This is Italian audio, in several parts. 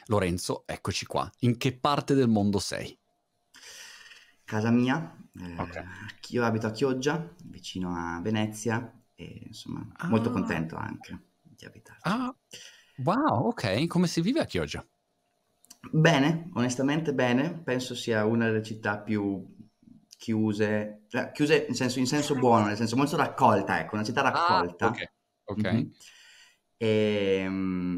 Lorenzo, eccoci qua. In che parte del mondo sei? Casa mia, Ok. io abito a Chioggia, vicino a Venezia, e insomma molto Ah, contento anche di abitarci. ah, wow, ok. Come si vive a Chioggia? Bene, onestamente bene, penso sia una delle città più chiuse, cioè chiuse in senso buono, nel senso molto raccolta, ecco, una città Ah, ok, raccolta. ok. Mhm. E,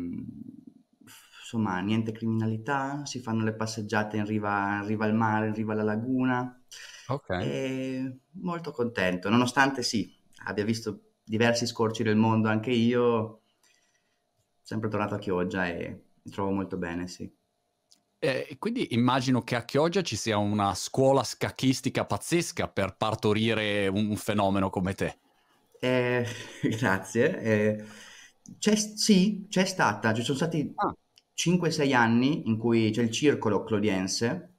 insomma, niente criminalità, si fanno le passeggiate in riva al mare, in riva alla laguna. Ok. E molto contento, nonostante sì, abbia visto diversi scorci del mondo anche io, sempre tornato a Chioggia e mi trovo molto bene, sì. Quindi immagino che a Chioggia ci sia una scuola scacchistica pazzesca per partorire un fenomeno come te. Eh, grazie. Sì, c'è stata, ci sono stati Ah, 5-6 anni in cui c'è il circolo clodiense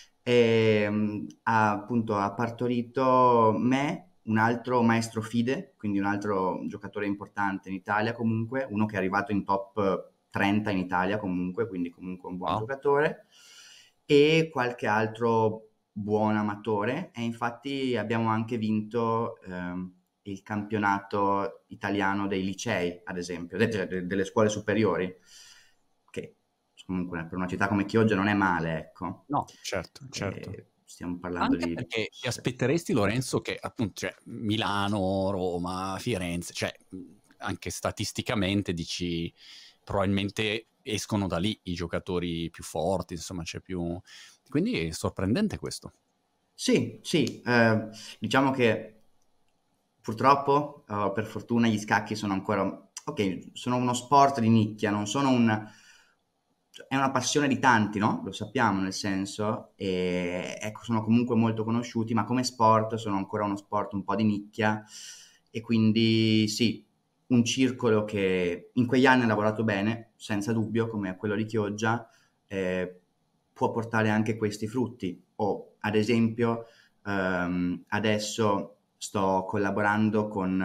e appunto ha partorito me, un altro maestro FIDE, quindi un altro giocatore importante in Italia comunque, uno che è arrivato in top 30 in Italia comunque, quindi comunque un buon wow. giocatore, e qualche altro buon amatore e infatti abbiamo anche vinto il campionato italiano dei licei, ad esempio, delle scuole superiori, che comunque per una città come Chioggia non è male, ecco. No, certo, certo. Stiamo parlando Anche di... perché ti aspetteresti, Lorenzo, che appunto, cioè, Milano, Roma, Firenze, cioè, anche statisticamente dici, probabilmente escono da lì i giocatori più forti, insomma, c'è più... Quindi è sorprendente questo. Sì, sì, diciamo che purtroppo, per fortuna, gli scacchi sono ancora, ok, sono uno sport di nicchia, non sono è una passione di tanti, no? Lo sappiamo, nel senso, e ecco, sono comunque molto conosciuti, ma come sport sono ancora uno sport un po' di nicchia e quindi sì, un circolo che in quegli anni ha lavorato bene, senza dubbio, come quello di Chioggia, eh, può portare anche questi frutti. O, ad esempio, adesso sto collaborando con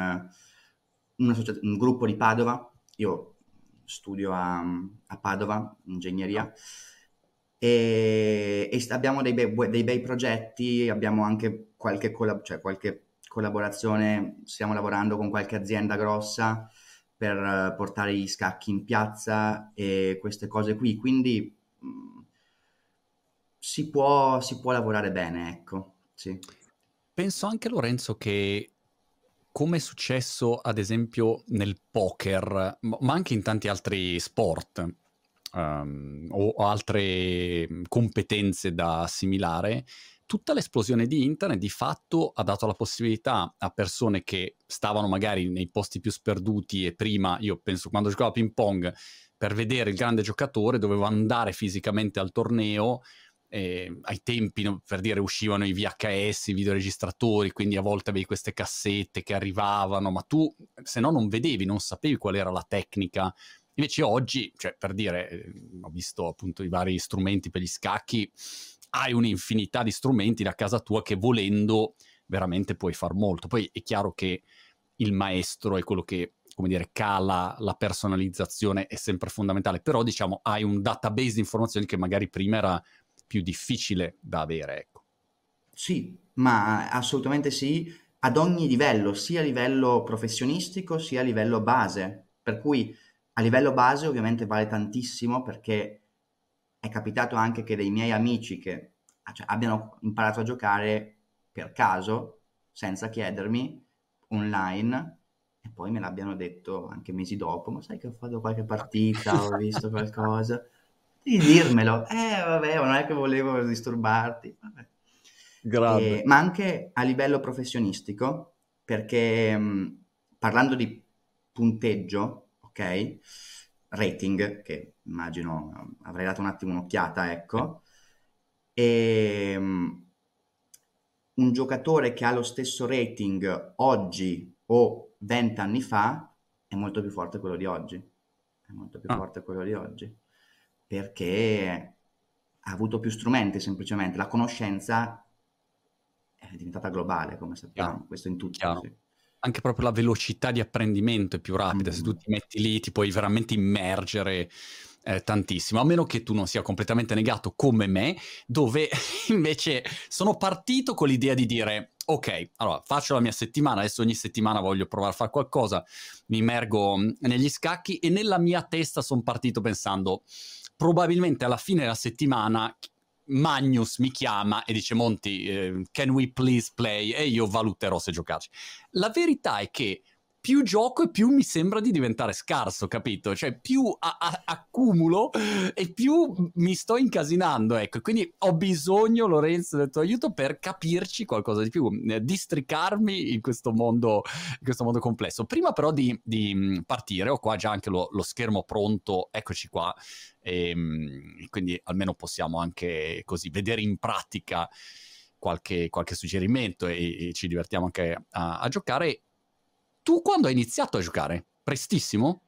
un gruppo di Padova, io studio a Padova, No? ingegneria, e abbiamo dei bei progetti, abbiamo anche cioè qualche collaborazione, stiamo lavorando con qualche azienda grossa per portare gli scacchi in piazza e queste cose qui, quindi si può lavorare bene, ecco, sì. Penso anche, Lorenzo, che come è successo ad esempio nel poker, ma anche in tanti altri sport, o altre competenze da assimilare, tutta l'esplosione di internet di fatto ha dato la possibilità a persone che stavano magari nei posti più sperduti e prima, io penso quando giocavo a ping pong, per vedere il grande giocatore dovevo andare fisicamente al torneo. Ai tempi, no, per dire, uscivano i VHS, i videoregistratori, quindi a volte avevi queste cassette che arrivavano, ma tu se no non vedevi, non sapevi qual era la tecnica. Invece oggi, cioè, per dire, ho visto appunto i vari strumenti per gli scacchi, hai un'infinità di strumenti da casa tua che volendo veramente puoi far molto. Poi è chiaro che il maestro è quello che, come dire, cala la personalizzazione, è sempre fondamentale, però diciamo hai un database di informazioni che magari prima era più difficile da avere, ecco. Sì, ma assolutamente sì, ad ogni livello, sia a livello professionistico sia a livello base. Per cui a livello base ovviamente vale tantissimo perché è capitato anche che dei miei amici che cioè, abbiano imparato a giocare per caso, senza chiedermi, online, e poi me l'abbiano detto anche mesi dopo, ma sai che ho fatto qualche partita, ho visto qualcosa? Devi dirmelo. Vabbè, ma non è che volevo disturbarti. Vabbè. Grande. Ma anche a livello professionistico, perché parlando di punteggio, ok? Rating, che immagino avrei dato un attimo un'occhiata, ecco, e un giocatore che ha lo stesso rating oggi o 20 anni fa è molto più forte quello di oggi. È molto più Ah, forte quello di oggi. Perché ha avuto più strumenti semplicemente. La conoscenza è diventata globale, come chiaro, sappiamo, questo in tutto, chiaro. sì. Anche proprio la velocità di apprendimento è più rapida, se tu Mm. ti metti lì ti puoi veramente immergere Tantissimo, a meno che tu non sia completamente negato come me, dove invece sono partito con l'idea di dire ok, allora faccio la mia settimana, adesso ogni settimana voglio provare a fare qualcosa, mi immergo negli scacchi e nella mia testa sono partito pensando probabilmente alla fine della settimana Magnus mi chiama e dice Monti, can we please play? E io valuterò se giocarci. La verità è che più gioco e più mi sembra di diventare scarso, capito? Cioè più accumulo e più mi sto incasinando, ecco. Quindi ho bisogno, Lorenzo, del tuo aiuto per capirci qualcosa di più, districarmi in questo mondo complesso. Prima però di partire, ho qua già anche lo schermo pronto, eccoci qua, e quindi almeno possiamo anche così vedere in pratica qualche suggerimento e ci divertiamo anche a giocare. Tu quando hai iniziato a giocare? Prestissimo?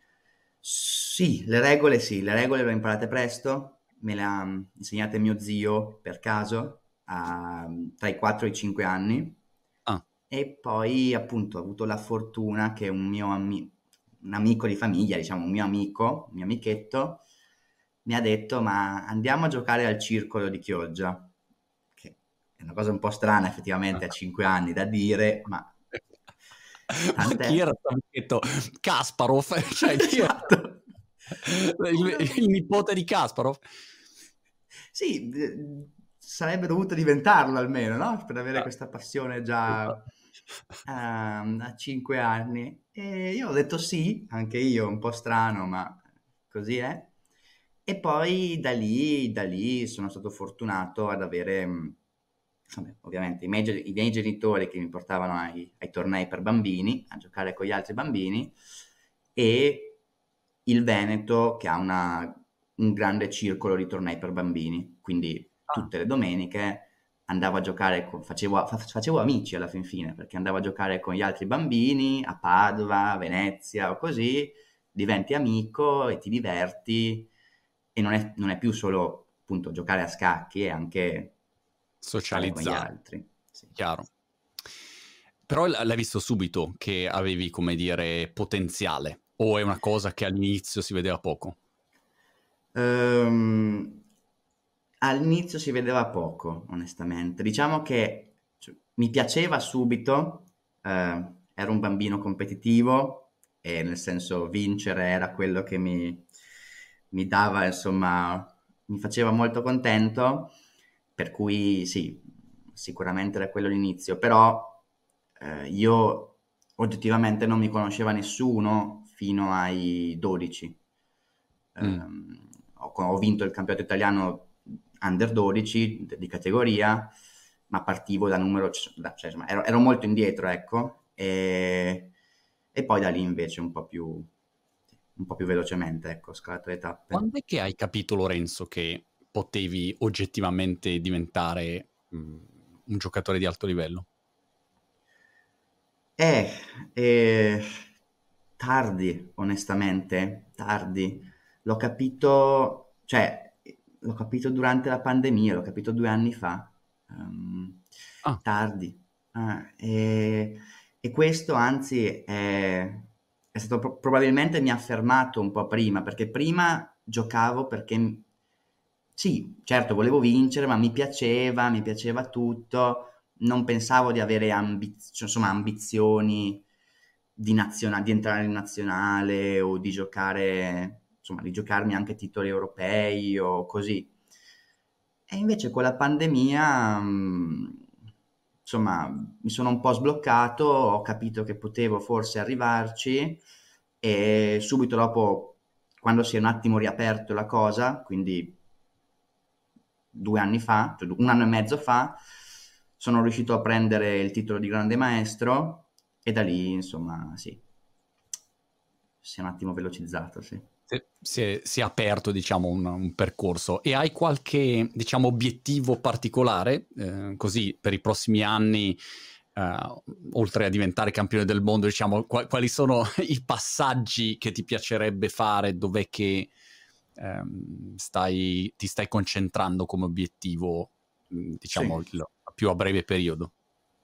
Sì, le regole le ho imparate presto, me le ha insegnate mio zio per caso, tra i 4 e i 5 anni, Ah, e poi appunto ho avuto la fortuna che un amico di famiglia, diciamo un mio amico, un mio amichetto, mi ha detto ma andiamo a giocare al circolo di Chioggia, che è una cosa un po' strana effettivamente a 5 anni da dire, ma ma chi tant'è. era stato Kasparov? Cioè, chi era Esatto. il nipote di Kasparov? Sì, sarebbe dovuto diventarlo almeno, no? Per avere Ah, questa passione già esatto. a 5 anni. E io ho detto sì, anche io, un po' strano, ma così è. E poi da lì sono stato fortunato ad avere, vabbè, ovviamente, i miei genitori che mi portavano ai tornei per bambini, a giocare con gli altri bambini, e il Veneto che ha un grande circolo di tornei per bambini, quindi Ah, tutte le domeniche andavo a giocare, facevo amici alla fin fine, perché andavo a giocare con gli altri bambini a Padova, a Venezia o così, diventi amico e ti diverti e non è più solo appunto giocare a scacchi, è anche stare con gli socializzare, altri. Sì. chiaro. Però l'hai visto subito che avevi, come dire, potenziale? O è una cosa che all'inizio si vedeva poco? Ehm, All'inizio si vedeva poco, onestamente. Diciamo che cioè, mi piaceva subito, ero un bambino competitivo e nel senso vincere era quello che mi dava, insomma, mi faceva molto contento, per cui sì, sicuramente era quello l'inizio, però io oggettivamente non mi conosceva nessuno fino ai 12. Mm. Ho vinto il campionato italiano under 12 di categoria, ma partivo da numero, cioè, insomma, ero molto indietro, ecco, e poi da lì invece un po' più velocemente, ecco, ho scalato le tappe. Quando è che hai capito, Lorenzo, che potevi oggettivamente diventare un giocatore di alto livello? Eh, eh, tardi, onestamente, tardi. L'ho capito, cioè, l'ho capito durante la pandemia, l'ho capito 2 anni fa. Ehm, Ah, Tardi. E questo, anzi, è stato probabilmente mi ha fermato un po' prima, perché prima giocavo perché, sì, certo, volevo vincere, ma mi piaceva tutto, non pensavo di avere cioè, insomma, ambizioni di entrare in nazionale o di giocare, insomma, di giocarmi anche titoli europei o così. E invece con la pandemia, insomma, mi sono un po' sbloccato, ho capito che potevo forse arrivarci e subito dopo, quando si è un attimo riaperto la cosa, quindi 2 anni fa, cioè un anno e mezzo fa, sono riuscito a prendere il titolo di grande maestro e da lì, insomma, sì, si è un attimo velocizzato, sì. si è aperto, diciamo, un percorso. E hai qualche, diciamo, obiettivo particolare, così, per i prossimi anni, oltre a diventare campione del mondo, diciamo, quali sono i passaggi che ti piacerebbe fare? Dov'è che ti stai concentrando come obiettivo, diciamo, Sì. a più a breve periodo?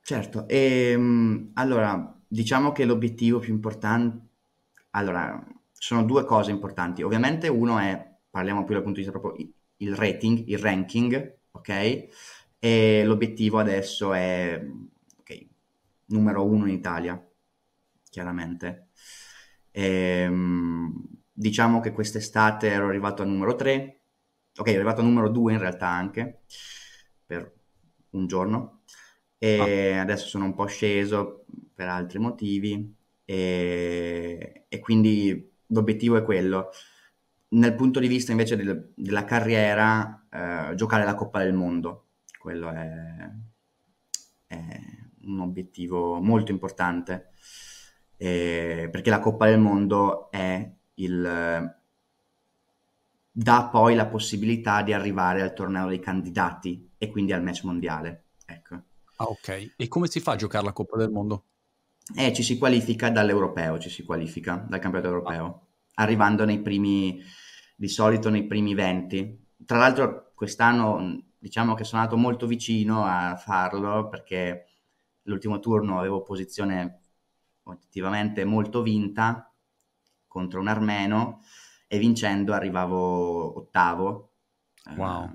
Certo, allora diciamo che l'obiettivo più importante, allora sono due cose importanti. Ovviamente uno è, parliamo più dal punto di vista proprio il rating, il ranking, ok? E l'obiettivo adesso è, ok, numero uno in Italia, chiaramente. Diciamo che quest'estate ero arrivato al numero 3, ok, ero arrivato al numero 2 in realtà anche, per un giorno, Ah, e adesso sono un po' sceso per altri motivi, e quindi l'obiettivo è quello. Nel punto di vista invece della carriera, giocare la Coppa del Mondo, quello è un obiettivo molto importante, perché la Coppa del Mondo dà poi la possibilità di arrivare al torneo dei candidati e quindi al match mondiale. Ecco. ah, ok. E come si fa a giocare la Coppa del Mondo? Ci si qualifica dall'europeo, ci si qualifica dal campionato Ah, europeo, arrivando di solito nei primi 20. Tra l'altro quest'anno diciamo che sono andato molto vicino a farlo perché l'ultimo turno avevo posizione oggettivamente molto vinta contro un armeno e vincendo arrivavo ottavo. wow.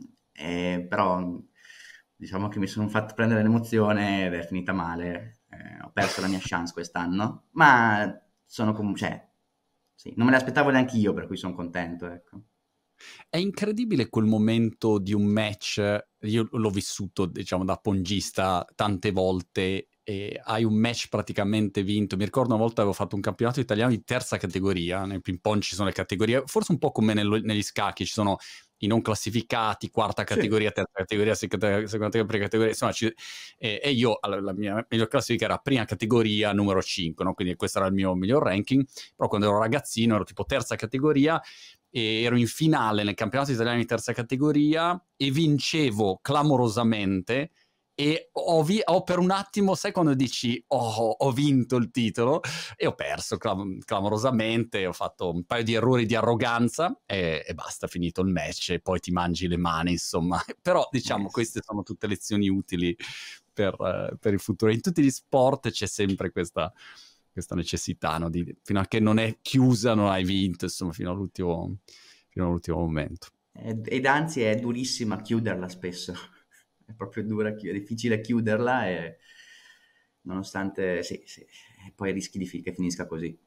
Però diciamo che mi sono fatto prendere l'emozione ed è finita male. Ho perso la mia chance quest'anno, ma sono comunque, cioè, sì, non me l'aspettavo neanche io, per cui sono contento, ecco. È incredibile quel momento di un match, io l'ho vissuto, diciamo, da pongista tante volte, e hai un match praticamente vinto. Mi ricordo una volta avevo fatto un campionato italiano di terza categoria, nel ping pong ci sono le categorie, forse un po' come negli scacchi, ci sono i non classificati, quarta Sì, categoria, terza categoria, seconda categoria, insomma, e io, allora, la mia miglior classifica era prima categoria, numero 5, no? Quindi questo era il mio miglior ranking, però quando ero ragazzino ero tipo terza categoria, e ero in finale nel campionato italiano di terza categoria e vincevo clamorosamente, e ho per un attimo, sai quando dici ho vinto il titolo, e ho perso clamorosamente, ho fatto un paio di errori di arroganza e basta, finito il match e poi ti mangi le mani, insomma. Però diciamo sì. queste sono tutte lezioni utili per il futuro. In tutti gli sport c'è sempre questa necessità, no? Fino a che non è chiusa non hai vinto, insomma, fino all'ultimo momento. Ed anzi è durissima chiuderla spesso, è proprio dura, è difficile chiuderla e nonostante, sì, sì, e poi rischi che finisca così.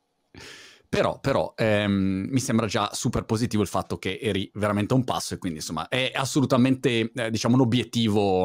Però mi sembra già super positivo il fatto che eri veramente a un passo, e quindi insomma è assolutamente, diciamo, un obiettivo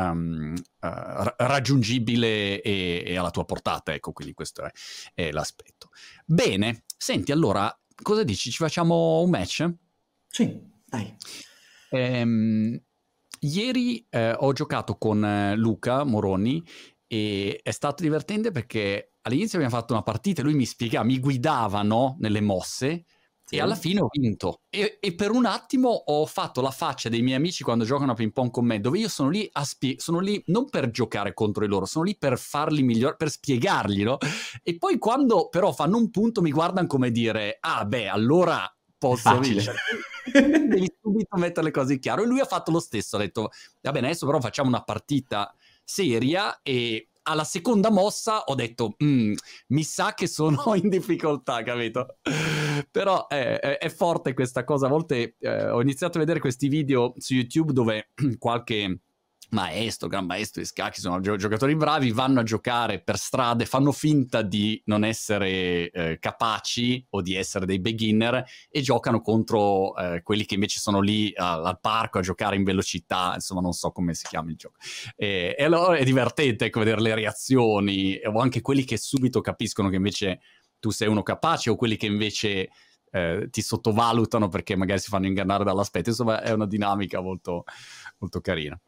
raggiungibile e alla tua portata, ecco, quindi questo è l'aspetto. Bene, senti, allora, cosa dici? Ci facciamo un match? Sì, dai. Ehm, Ieri ho giocato con Luca Moroni e è stato divertente perché all'inizio abbiamo fatto una partita e lui mi guidava, no, nelle mosse, e alla Sì, fine ho vinto. E per un attimo ho fatto la faccia dei miei amici quando giocano a ping pong con me, dove io sono lì, sono lì non per giocare contro di loro, sono lì per farli migliorare, per spiegargli, no? E poi quando però fanno un punto mi guardano come dire, ah beh, allora è posso facile. vincere. Quindi devi subito mettere le cose in chiaro. E lui ha fatto lo stesso, ha detto, va bene, adesso però facciamo una partita seria, e alla seconda mossa ho detto, mi sa che sono in difficoltà, capito? Però è forte questa cosa. A volte ho iniziato a vedere questi video su YouTube dove qualche maestro, gran maestro di scacchi, sono giocatori bravi, vanno a giocare per strade, fanno finta di non essere capaci o di essere dei beginner, e giocano contro quelli che invece sono lì al parco a giocare in velocità, insomma non so come si chiama il gioco. E allora è divertente, ecco, vedere le reazioni, o anche quelli che subito capiscono che invece tu sei uno capace, o quelli che invece ti sottovalutano perché magari si fanno ingannare dall'aspetto. Insomma è una dinamica molto, molto carina.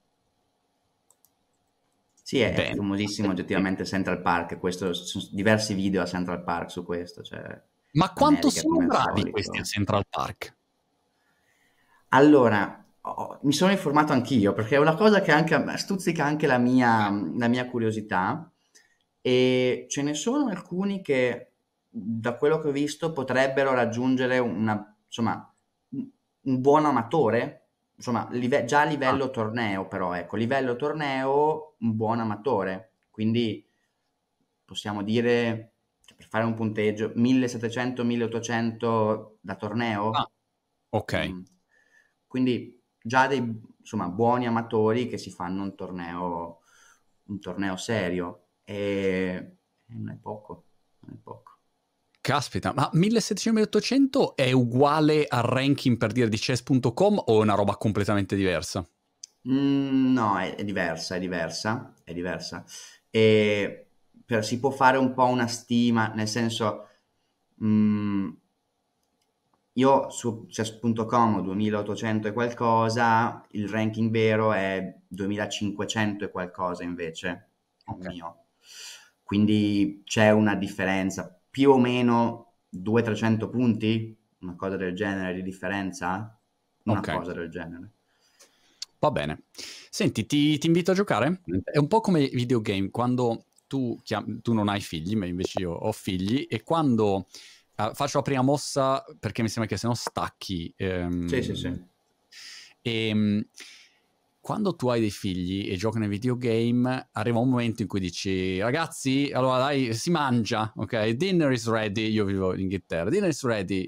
Sì, è Bene. famosissimo oggettivamente Central Park, questo, ci sono diversi video a Central Park su questo, cioè Ma quanto America sono come al bravi questi a solito. Central Park? Allora, mi sono informato anch'io perché è una cosa che anche stuzzica anche la mia curiosità, e ce ne sono alcuni che, da quello che ho visto, potrebbero raggiungere insomma, un buon amatore, insomma, già a Ah, livello torneo, però ecco, livello torneo, un buon amatore, quindi possiamo dire per fare un punteggio 1700-1800 da Ah, torneo. ok. Quindi già dei, insomma, buoni amatori che si fanno un torneo serio e non è poco, non è poco. Caspita, ma 1700-1800 è uguale al ranking per dire di chess.com o è una roba completamente diversa? No, è diversa, è diversa, è diversa. E si può fare un po' una stima, nel senso, mm, io su chess.com 2800 e qualcosa, il ranking vero è 2500 e qualcosa invece, il Ok, mio. Quindi c'è una differenza, più o meno 200-300 punti, una cosa del genere di differenza, una ok. cosa del genere. Va bene. Senti, ti invito a giocare? È un po' come i videogame, quando tu non hai figli, ma invece io ho figli, e quando faccio la prima mossa, perché mi sembra che se no stacchi. Sì, sì, sì. E quando tu hai dei figli e giochi nei videogame, arriva un momento in cui dici, ragazzi, allora dai, si mangia, ok? Dinner is ready, io vivo in Inghilterra, dinner is ready,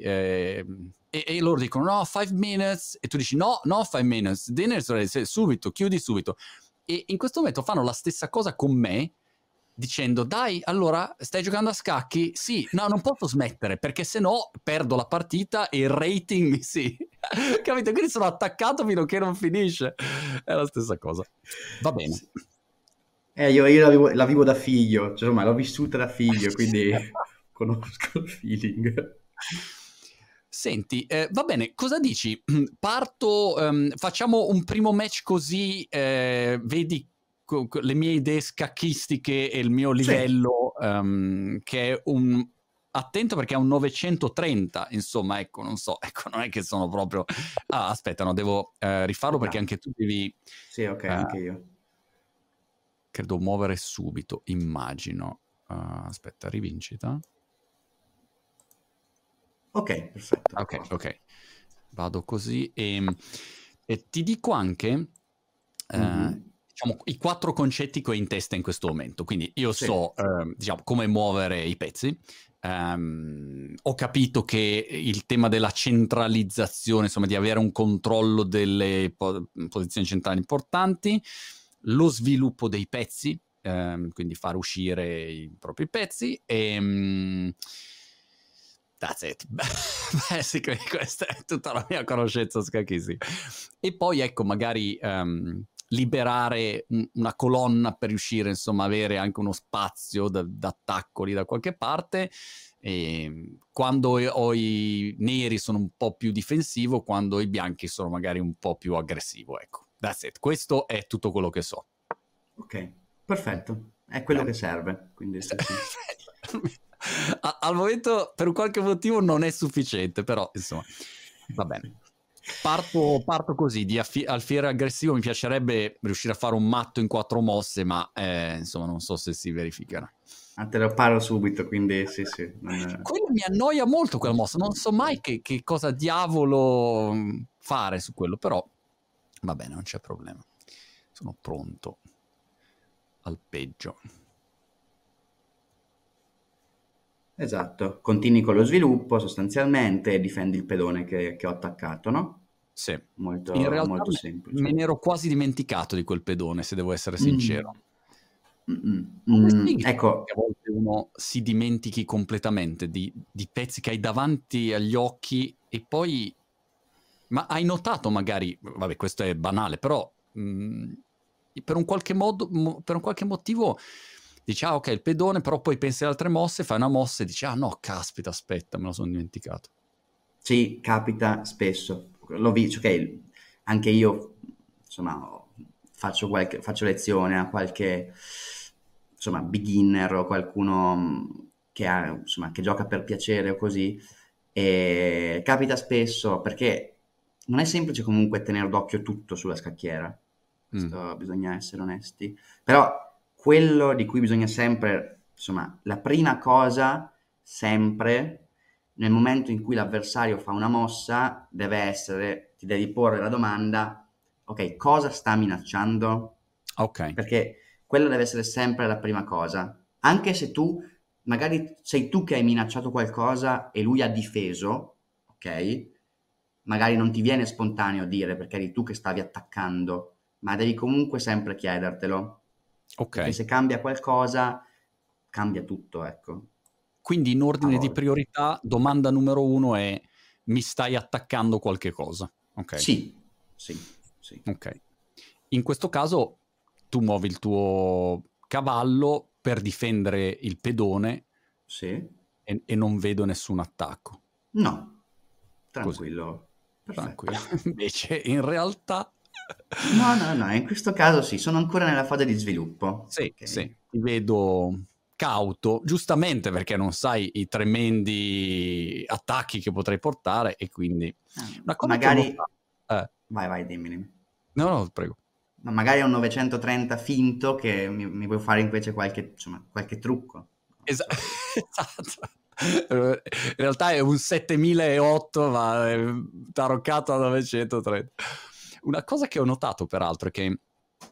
e loro dicono, no, 5 minutes, e tu dici, no, no, 5 minutes, dinner is ready, subito, chiudi subito. E in questo momento fanno la stessa cosa con me, dicendo, dai, allora, stai giocando a scacchi? Sì, no, non posso smettere, perché se no perdo la partita e il rating mi si... Capito? Quindi sono attaccato fino a che non finisce. È la stessa cosa. Va bene. Sì. Io la vivo da figlio, cioè, insomma, l'ho vissuta da figlio, quindi conosco il feeling. Senti, va bene, cosa dici? Parto, facciamo un primo match così, vedi le mie idee scacchistiche e il mio Sì, livello, che è un... Attento perché è un 930, insomma, ecco, non so, ecco, non è che sono proprio... Ah, aspetta, no, devo rifarlo perché ok. anche tu devi, Sì, ok, eh, anche io. credo, muovere subito, immagino. Aspetta, rivincita. Ok, perfetto, Ok, d'accordo. ok. Vado così e ti dico anche, Mhm. diciamo, i 4 concetti che ho in testa in questo momento. Quindi io Sì, so, diciamo, come muovere i pezzi. Ho capito che il tema della centralizzazione, insomma, di avere un controllo delle posizioni centrali importanti, lo sviluppo dei pezzi, quindi far uscire i propri pezzi e that's it. Basically questa è tutta la mia conoscenza scachistica. E poi ecco, magari liberare una colonna per riuscire, insomma, avere anche uno spazio d'attacco lì da qualche parte. E quando ho i neri sono un po' più difensivo, quando i bianchi sono magari un po' più aggressivo, ecco. That's it. Questo è tutto quello che so. ok, perfetto. È quello che Bene. serve, quindi sì, sì. Al momento, per un qualche motivo, non è sufficiente, però, insomma, va bene. Parto così, di alfiere aggressivo mi piacerebbe riuscire a fare un matto in 4 mosse, ma insomma non so se si verificherà. Ah, te lo paro subito, quindi sì, sì. Quello mi annoia molto quella mossa, non so mai che cosa diavolo fare su quello, però va bene, non c'è problema. Sono pronto al peggio. Esatto, continui con lo sviluppo sostanzialmente e difendi il pedone che ho attaccato, no? Sì. In Molto, realtà molto me semplice. ne ero quasi dimenticato di quel pedone, se devo essere Mm. sincero. Come spieghi che Ecco, a volte uno si dimentichi completamente di pezzi che hai davanti agli occhi e poi... Ma hai notato magari, vabbè questo è banale, però per un qualche modo, per un qualche motivo dici ah ok il pedone, però poi pensi alle altre mosse, fai una mossa e dici ah no caspita aspetta me lo sono dimenticato. sì, capita spesso. L'ho visto, ok, anche io, insomma, faccio lezione a qualche, insomma, beginner o qualcuno che ha, insomma, che gioca per piacere o così, e capita spesso perché non è semplice comunque tenere d'occhio tutto sulla scacchiera. Mm. Questo bisogna essere onesti. Però quello di cui bisogna sempre, insomma, la prima cosa, sempre, nel momento in cui l'avversario fa una mossa, deve essere, ti devi porre la domanda, ok, cosa sta minacciando? Ok, Perché quello deve essere sempre la prima cosa. Anche se tu magari sei tu che hai minacciato qualcosa e lui ha difeso, ok? Magari non ti viene spontaneo dire perché eri tu che stavi attaccando, ma devi comunque sempre chiedertelo, perché Ok. se cambia qualcosa, cambia tutto, ecco, Quindi in a ordine di volte. priorità, domanda numero uno è: mi stai attaccando qualche cosa? Ok, Sì, sì, sì, ok. In questo caso tu muovi il tuo cavallo per difendere il pedone sì. e non vedo nessun attacco. No, Così, tranquillo, perfetto. tranquillo. Invece in realtà No, no, no, in questo caso sì, sono ancora nella fase di sviluppo, sì, sì, ok? ti vedo cauto, giustamente perché non sai i tremendi attacchi che potrei portare e quindi una cosa che ho Magari... notato, Vai, vai, dimmi, dimmi. no, no, prego. Ma magari è un 930 finto che mi vuoi fare invece qualche, insomma, qualche trucco, non lo so io. Esatto. In realtà è un 7008, ma è taroccato a 930. Una cosa che ho notato, peraltro, è che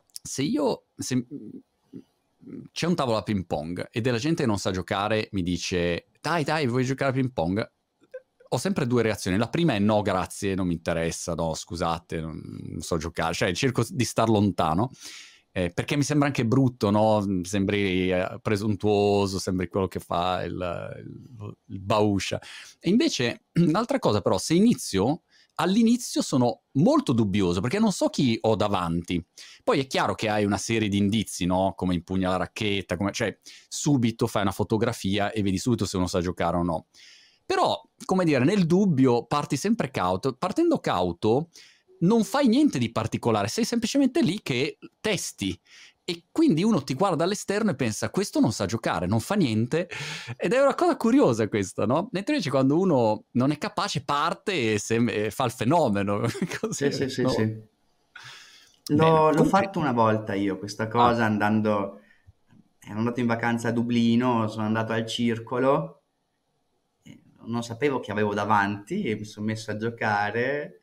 se c'è un tavolo a ping pong e della gente che non sa giocare mi dice dai, dai, vuoi giocare a ping pong? Ho sempre due reazioni. La prima è no, grazie, non mi interessa, no, scusate, non so giocare. Cioè, cerco di star lontano. Perché mi sembra anche brutto, no? Sembri presuntuoso, sembri quello che fa il bauscia. E invece, un'altra cosa però, se inizio, all'inizio sono molto dubbioso, perché non so chi ho davanti. Poi è chiaro che hai una serie di indizi, no? Come impugna la racchetta, cioè subito fai una fotografia e vedi subito se uno sa giocare o no. Però, come dire, nel dubbio parti sempre cauto. Partendo cauto non fai niente di particolare, sei semplicemente lì che testi. E quindi uno ti guarda all'esterno e pensa, questo non sa giocare, non fa niente. Ed è una cosa curiosa questa, no? Mentre invece quando uno non è capace parte e fa il fenomeno. Sì, Così, sì, sì, no? sì. Bene, L'ho comunque... fatto una volta io questa Ah, cosa andando, ero andato in vacanza a Dublino, sono andato al circolo, e non sapevo che avevo davanti e mi sono messo a giocare.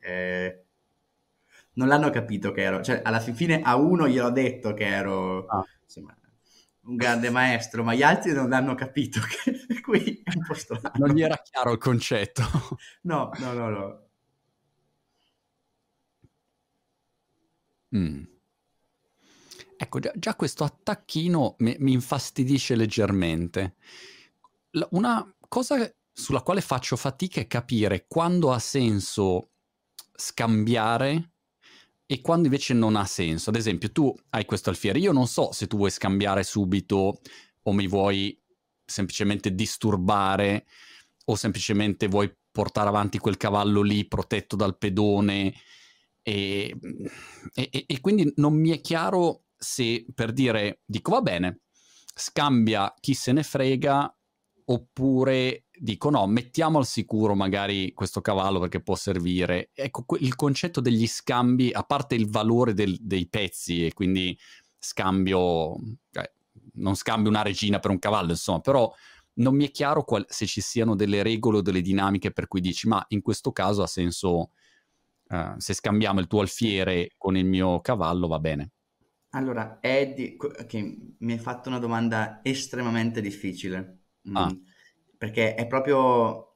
Non l'hanno capito che ero, cioè alla fine a uno gliel'ho detto che ero, ah. insomma, un grande maestro, ma gli altri non hanno capito che qui è un po' Non gli strano. era chiaro il concetto. No, no, no, no. Mm. Ecco, già questo attacchino mi infastidisce leggermente. Una cosa sulla quale faccio fatica è capire quando ha senso scambiare e quando invece non ha senso. Ad esempio, tu hai questo alfiere, io non so se tu vuoi scambiare subito o mi vuoi semplicemente disturbare o semplicemente vuoi portare avanti quel cavallo lì protetto dal pedone e, e quindi non mi è chiaro se per dire, dico va bene, scambia chi se ne frega oppure dico no, mettiamo al sicuro magari questo cavallo perché può servire. Ecco, il concetto degli scambi, a parte il valore dei pezzi e quindi scambio, non scambio una regina per un cavallo, insomma, però non mi è chiaro se ci siano delle regole o delle dinamiche per cui dici ma in questo caso ha senso, se scambiamo il tuo Sì. alfiere con il mio cavallo va bene. Allora, che mi hai fatto una domanda estremamente difficile, Ah, perché è proprio,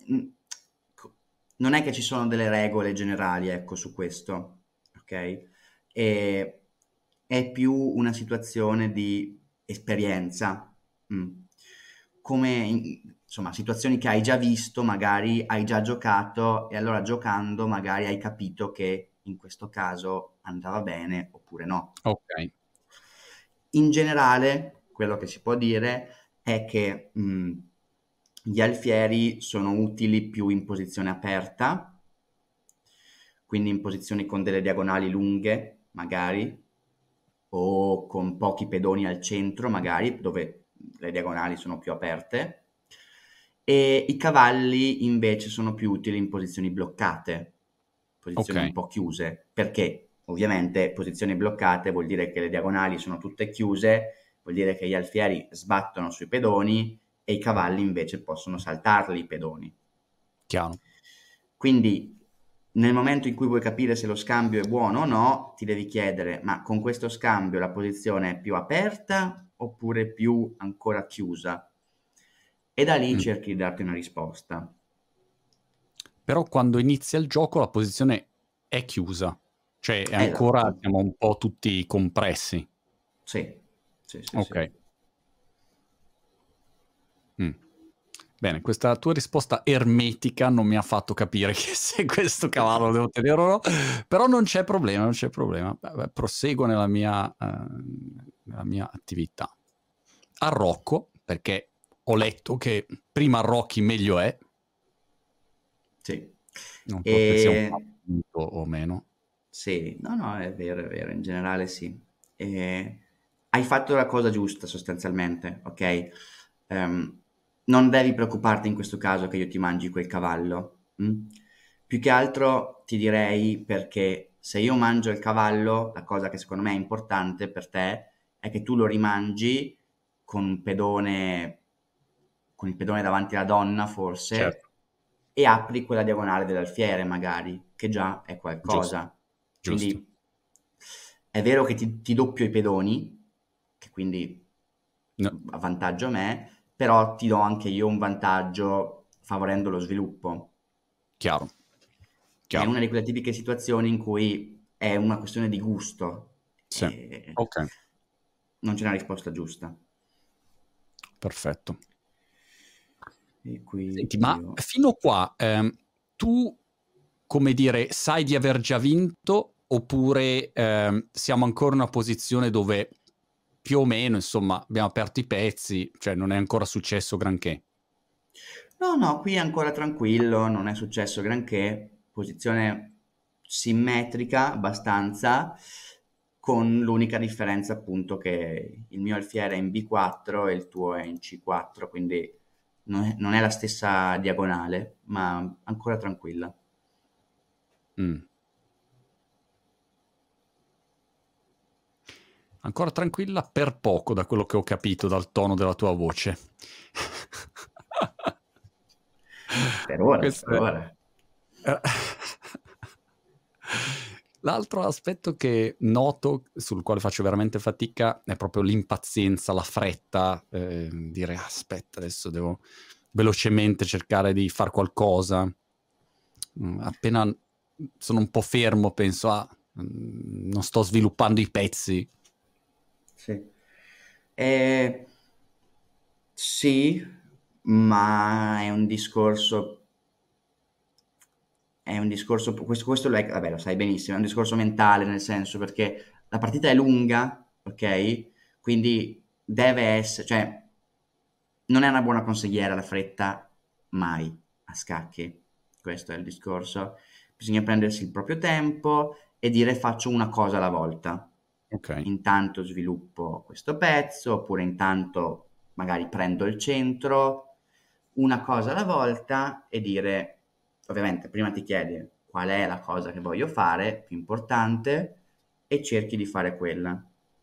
non è che ci sono delle regole generali, ecco, su questo, ok? E è più una situazione di esperienza, mm. Come, insomma, situazioni che hai già visto, magari hai già giocato e allora giocando magari hai capito che in questo caso andava bene oppure no. ok, In generale, quello che si può dire è che gli alfieri sono utili più in posizione aperta, quindi in posizioni con delle diagonali lunghe, magari, o con pochi pedoni al centro, magari, dove le diagonali sono più aperte. E i cavalli invece sono più utili in posizioni bloccate, ok, posizioni un po' chiuse, perché ovviamente posizioni bloccate vuol dire che le diagonali sono tutte chiuse, vuol dire che gli alfieri sbattono sui pedoni e i cavalli invece possono saltarli i pedoni. chiaro. Quindi nel momento in cui vuoi capire se lo scambio è buono o no, ti devi chiedere, ma con questo scambio la posizione è più aperta oppure più ancora chiusa? e da lì Mm. cerchi di darti una risposta. Però quando inizia il gioco la posizione è chiusa, cioè è ancora, Esatto, siamo un po' tutti compressi. sì, sì, sì, Ok. sì. Mm. Bene, questa tua risposta ermetica non mi ha fatto capire che se questo cavallo lo devo tenere o no, però non c'è problema, non c'è problema. Beh, proseguo nella mia attività. Arrocco, perché ho letto che prima arrocchi meglio è, Sì. non so se sia un E punto o meno. sì, no, no, è vero, in generale sì. Hai fatto la cosa giusta sostanzialmente, ok? Ehm, Non devi preoccuparti in questo caso che io ti mangi quel cavallo. Più che altro ti direi perché se io mangio il cavallo, la cosa che secondo me è importante per te è che tu lo rimangi con un pedone, con il pedone davanti alla donna Certo, forse, e apri quella diagonale dell'alfiere magari, che già è giusto, qualcosa. giusto. Quindi è vero che ti doppio i pedoni, che quindi No, avvantaggio a me, però ti do anche io un vantaggio favorendo lo sviluppo. chiaro, È chiaro. una di quelle tipiche situazioni in cui è una questione di gusto Sì, e ok, non c'è una risposta giusta. perfetto. E qui Senti, ma io... fino qua, tu, come dire, sai di aver già vinto oppure siamo ancora in una posizione dove più o meno, insomma, abbiamo aperto i pezzi, cioè non è ancora successo granché? No, no, qui è ancora tranquillo, non è successo granché, posizione simmetrica abbastanza, con l'unica differenza appunto che il mio alfiere è in B4 e il tuo è in C4, quindi non è la stessa diagonale, ma ancora tranquilla. Mm. Ancora tranquilla per poco, da quello che ho capito dal tono della tua voce. Per ora, Questo per è... ora. eh, L'altro aspetto che noto, sul quale faccio veramente fatica, è proprio l'impazienza, la fretta, dire aspetta, adesso devo velocemente cercare di far qualcosa. Appena sono un po' fermo, penso, non sto sviluppando i pezzi. Sì. Sì, ma è un discorso, questo vabbè, lo sai benissimo, è un discorso mentale, nel senso perché la partita è lunga, ok? Quindi deve essere, cioè, non è una buona consigliera la fretta, mai, a scacchi. Questo è il discorso. Bisogna prendersi il proprio tempo e dire faccio una cosa alla volta. Ok, Intanto sviluppo questo pezzo, oppure intanto magari prendo il centro, una cosa alla volta e dire, ovviamente, prima ti chiedi qual è la cosa che voglio fare, più importante, e cerchi di fare quella,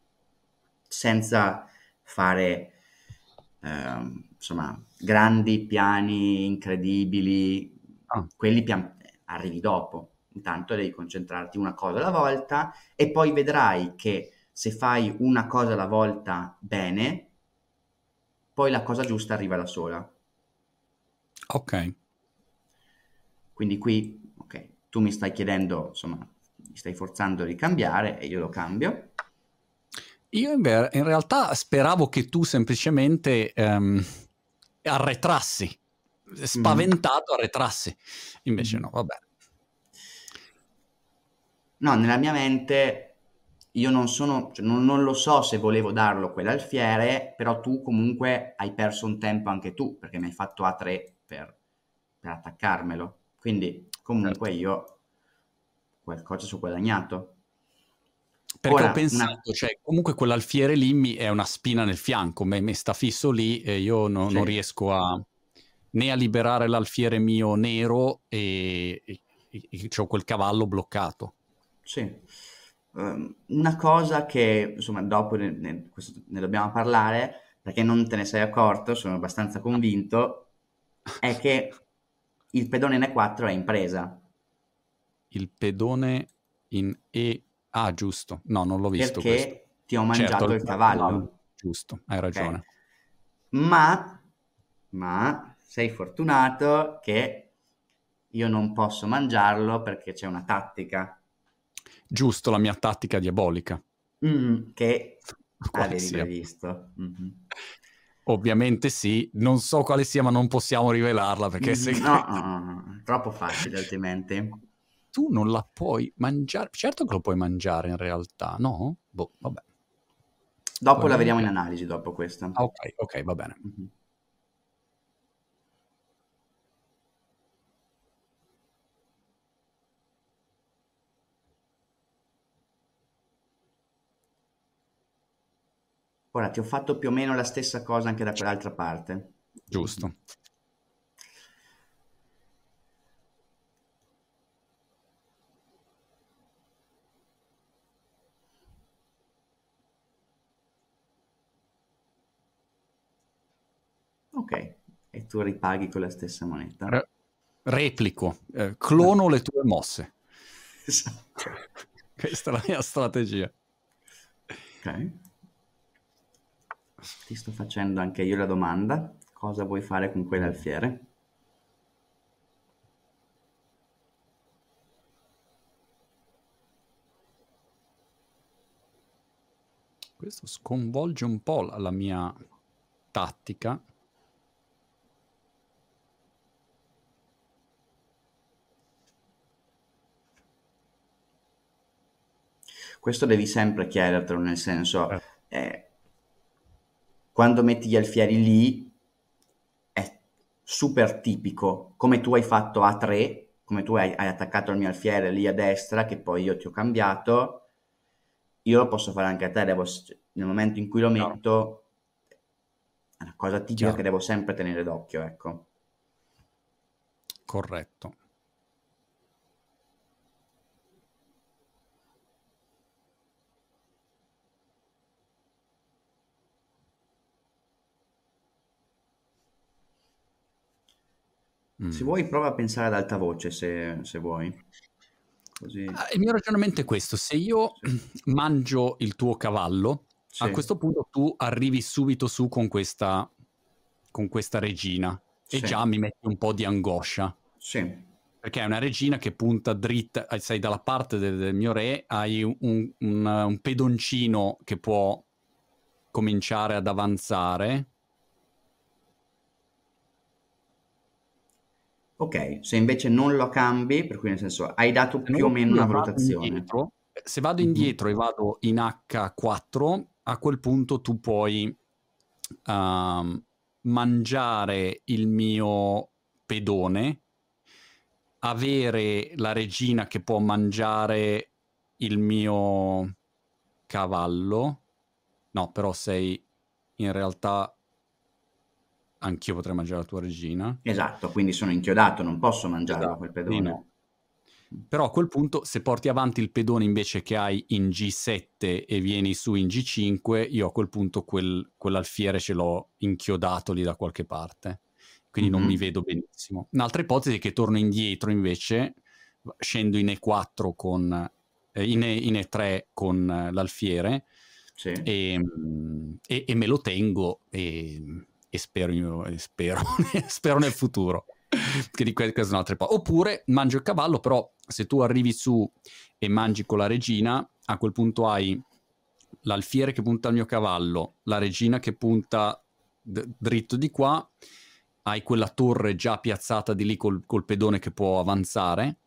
senza fare, insomma, grandi piani incredibili, ah, quelli arrivi dopo. Intanto devi concentrarti una cosa alla volta e poi vedrai che se fai una cosa alla volta bene, poi la cosa giusta arriva da sola. ok. Quindi qui, ok, tu mi stai chiedendo, insomma, mi stai forzando a ricambiare e io lo cambio. Io in realtà speravo che tu semplicemente arretrassi, Mhm. spaventato arretrassi. Invece no, Mhm. vabbè. No, nella mia mente io non sono, cioè non lo so se volevo darlo quell'alfiere, però tu comunque hai perso un tempo anche tu, perché mi hai fatto A3 per attaccarmelo. Quindi Certo. comunque io qualcosa ci ho guadagnato. Perché ho Ora, una... pensato, cioè, comunque quell'alfiere lì è una spina nel fianco, me sta fisso lì e io non Sì, riesco né a liberare l'alfiere mio nero e c'ho quel cavallo bloccato. sì. Una cosa che, insomma, dopo ne dobbiamo parlare, perché non te ne sei accorto, sono abbastanza convinto, è che il pedone in E4 è in presa, Il pedone in E... Ah, giusto. No, non l'ho visto questo. perché ti ho Certo, mangiato il no, cavallo, giusto, hai ok? ragione. Ma, ma sei fortunato che io non posso mangiarlo perché c'è una tattica. Giusto, la mia tattica diabolica. Che Quale avevi sia? previsto. Mhm. Ovviamente sì, non so quale sia, ma non possiamo rivelarla perché è Mhm. No, segreto. no, no, no, troppo facile altrimenti. Tu non la puoi mangiare. Certo che lo puoi mangiare in realtà, no? Boh, vabbè. Dopo Puoi la vediamo in mangiare. analisi, dopo questa. Ah, ok, ok, va bene. Mhm. Ora ti ho fatto più o meno la stessa cosa anche da quell'altra parte. Mhm. Giusto. Ok, e tu ripaghi con la stessa moneta. Re- replico, Ah, clono le tue mosse. esatto. Questa è la mia strategia. Ok, ti sto facendo anche io la domanda. Cosa vuoi fare con quell'alfiere? Questo sconvolge un po' la mia tattica. Questo devi sempre chiedertelo, nel senso, Eh, eh, quando metti gli alfieri lì è super tipico, come tu hai fatto a 3, come tu hai attaccato il mio alfiere lì a destra, che poi io ti ho cambiato, io lo posso fare anche a te, nel momento in cui lo chiaro, metto, è una cosa tipica che chiaro, devo sempre tenere d'occhio, ecco. corretto. Se Mm. vuoi prova a pensare ad alta voce, se vuoi, così. Il mio ragionamento è questo: se io Sì, mangio il tuo cavallo, a sì, questo punto tu arrivi subito su con questa regina e sì, già mi metti un po' di angoscia. sì. Perché è una regina che punta dritta, sei dalla parte del mio re, hai un pedoncino che può cominciare ad avanzare. Ok, se invece non lo cambi, per cui nel senso hai dato Se non più o lo meno cambio una e vado valutazione. indietro, se vado Mhm. indietro e vado in H4, a quel punto tu puoi ehm, mangiare il mio pedone, avere la regina che può mangiare il mio cavallo. No, però sei in realtà anch'io potrei mangiare la tua regina. Esatto, quindi sono inchiodato, non posso mangiarlo quel Esatto, quindi pedone. no. Però a quel punto, se porti avanti il pedone invece che hai in G7 e vieni su in G5, io a quel punto quell'alfiere ce l'ho inchiodato lì da qualche parte. Quindi non mi Mhm. vedo benissimo. Un'altra ipotesi è che torno indietro invece, scendo in E4 in E3 con l'alfiere Sì. e me lo tengo e spero, spero nel futuro che di questa è un'altra ipotesi. Oppure mangio il cavallo, però se tu arrivi su e mangi con la regina, a quel punto hai l'alfiere che punta al mio cavallo, la regina che punta dritto di qua, hai quella torre già piazzata di lì col pedone che può avanzare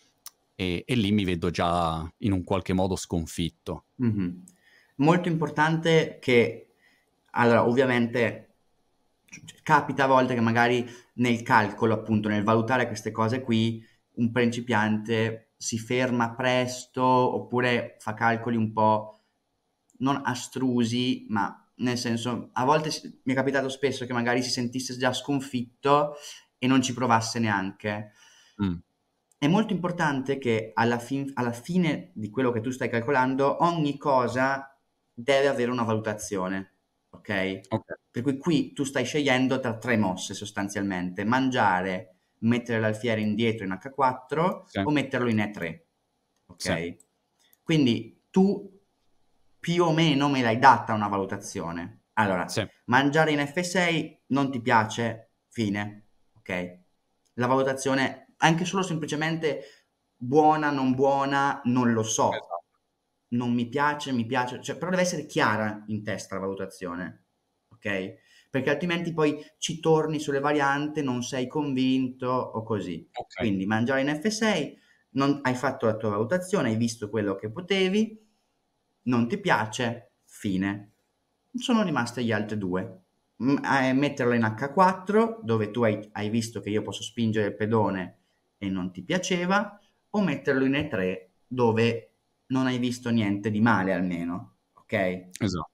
e lì mi vedo già in un qualche modo sconfitto. Mhm. Molto importante che, allora, ovviamente capita a volte che magari nel calcolo, appunto, nel valutare queste cose qui, un principiante si ferma presto oppure fa calcoli un po' non astrusi, ma nel senso, a volte mi è capitato spesso che magari si sentisse già sconfitto e non ci provasse neanche. Mm, È molto importante che alla fine di quello che tu stai calcolando, ogni cosa deve avere una valutazione, ok? ok, Per cui qui tu stai scegliendo tra tre mosse sostanzialmente: mangiare, mettere l'alfiere indietro in H4 sì, o metterlo in E3, sì, ok? Quindi tu più o meno me l'hai data una valutazione. Allora, sì, mangiare in F6 non ti piace? fine, ok? La valutazione, anche solo semplicemente buona, non buona, non lo so. Esatto. Non mi piace, mi piace, cioè, però deve essere chiara in testa la valutazione, ok? Perché altrimenti poi ci torni sulle varianti, non sei convinto o così. Ok. Quindi mangiare in F6, non, hai fatto la tua valutazione, hai visto quello che potevi, non ti piace, fine. Sono rimaste gli altri due. Metterlo in H4, dove tu hai visto che io posso spingere il pedone e non ti piaceva, o metterlo in E3, dove non hai visto niente di male almeno, ok? Esatto.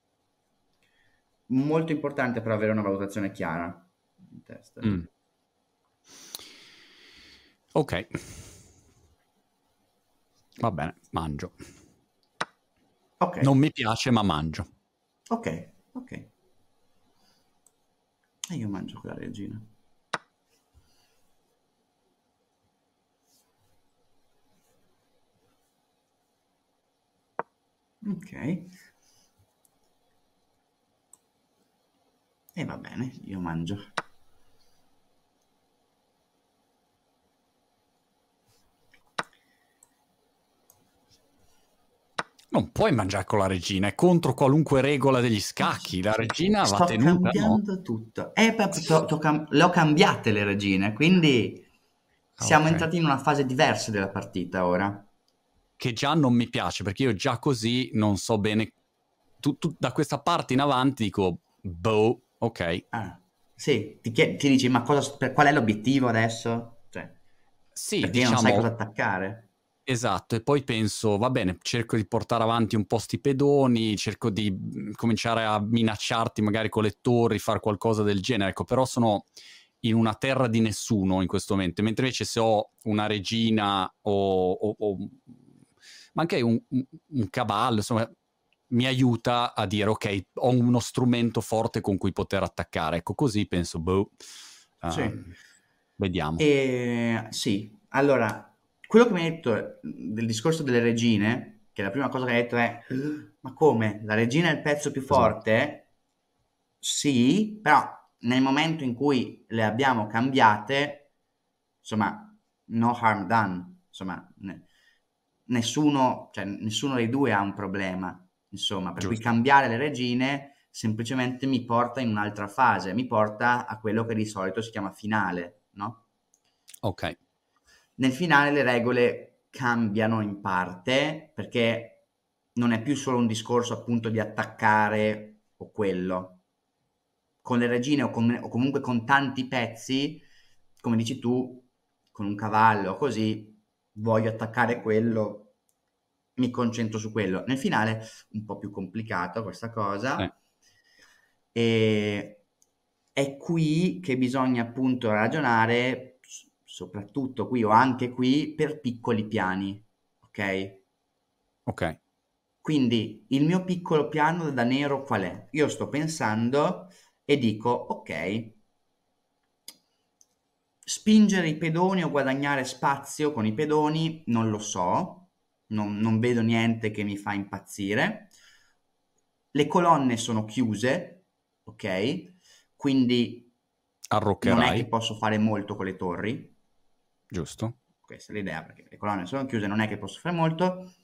Molto importante per avere una valutazione chiara in testa. Mm. Ok. Va bene, mangio. Ok, Non mi piace, ma mangio. ok, ok. E io mangio quella regina. Ok. E va bene, io mangio. Non puoi mangiare con la regina, è contro qualunque regola degli scacchi. La regina va Sto tenuta, no? cambiando tutto. E le ho cambiate le regine, quindi Ah, siamo ok. entrati in una fase diversa della partita ora. Che già non mi piace, perché io già così non so bene. Da questa parte in avanti dico, boh, ok. Ah, sì, ti dici, ma qual è l'obiettivo adesso? Cioè, Sì, perché io non sai cosa diciamo, attaccare. esatto, e poi penso, va bene, cerco di portare avanti un po' sti pedoni, cerco di cominciare a minacciarti magari con le torri, fare qualcosa del genere, ecco, però sono in una terra di nessuno in questo momento, mentre invece se ho una regina ma anche un cavallo, insomma, mi aiuta a dire, ok, ho uno strumento forte con cui poter attaccare, ecco, così penso, boh, Sì. vediamo. Sì, allora, quello che mi hai detto del discorso delle regine, che la prima cosa che hai detto è, ma come? La regina è il pezzo più Esatto, forte? Sì, però nel momento in cui le abbiamo cambiate, insomma, no harm done, insomma, nessuno, cioè, nessuno dei due ha un problema, insomma, per cui giusto, cambiare le regine semplicemente mi porta in un'altra fase, mi porta a quello che di solito si chiama finale, no? ok, Nel finale le regole cambiano in parte perché non è più solo un discorso appunto di attaccare o quello. Con le regine o comunque con tanti pezzi, come dici tu, con un cavallo o così, voglio attaccare quello, mi concentro su quello. Nel finale un po' più complicato questa sì, cosa e è qui che bisogna appunto ragionare, soprattutto qui o anche qui, per piccoli piani, ok? ok. Quindi il mio piccolo piano da nero qual è? Io sto pensando e dico, ok, spingere i pedoni o guadagnare spazio con i pedoni, non lo so, non vedo niente che mi fa impazzire. Le colonne sono chiuse, ok? Quindi non è che Arroccherai, posso fare molto con le torri, giusto? questa è l'idea, perché le colonne sono chiuse, non è che posso fare molto.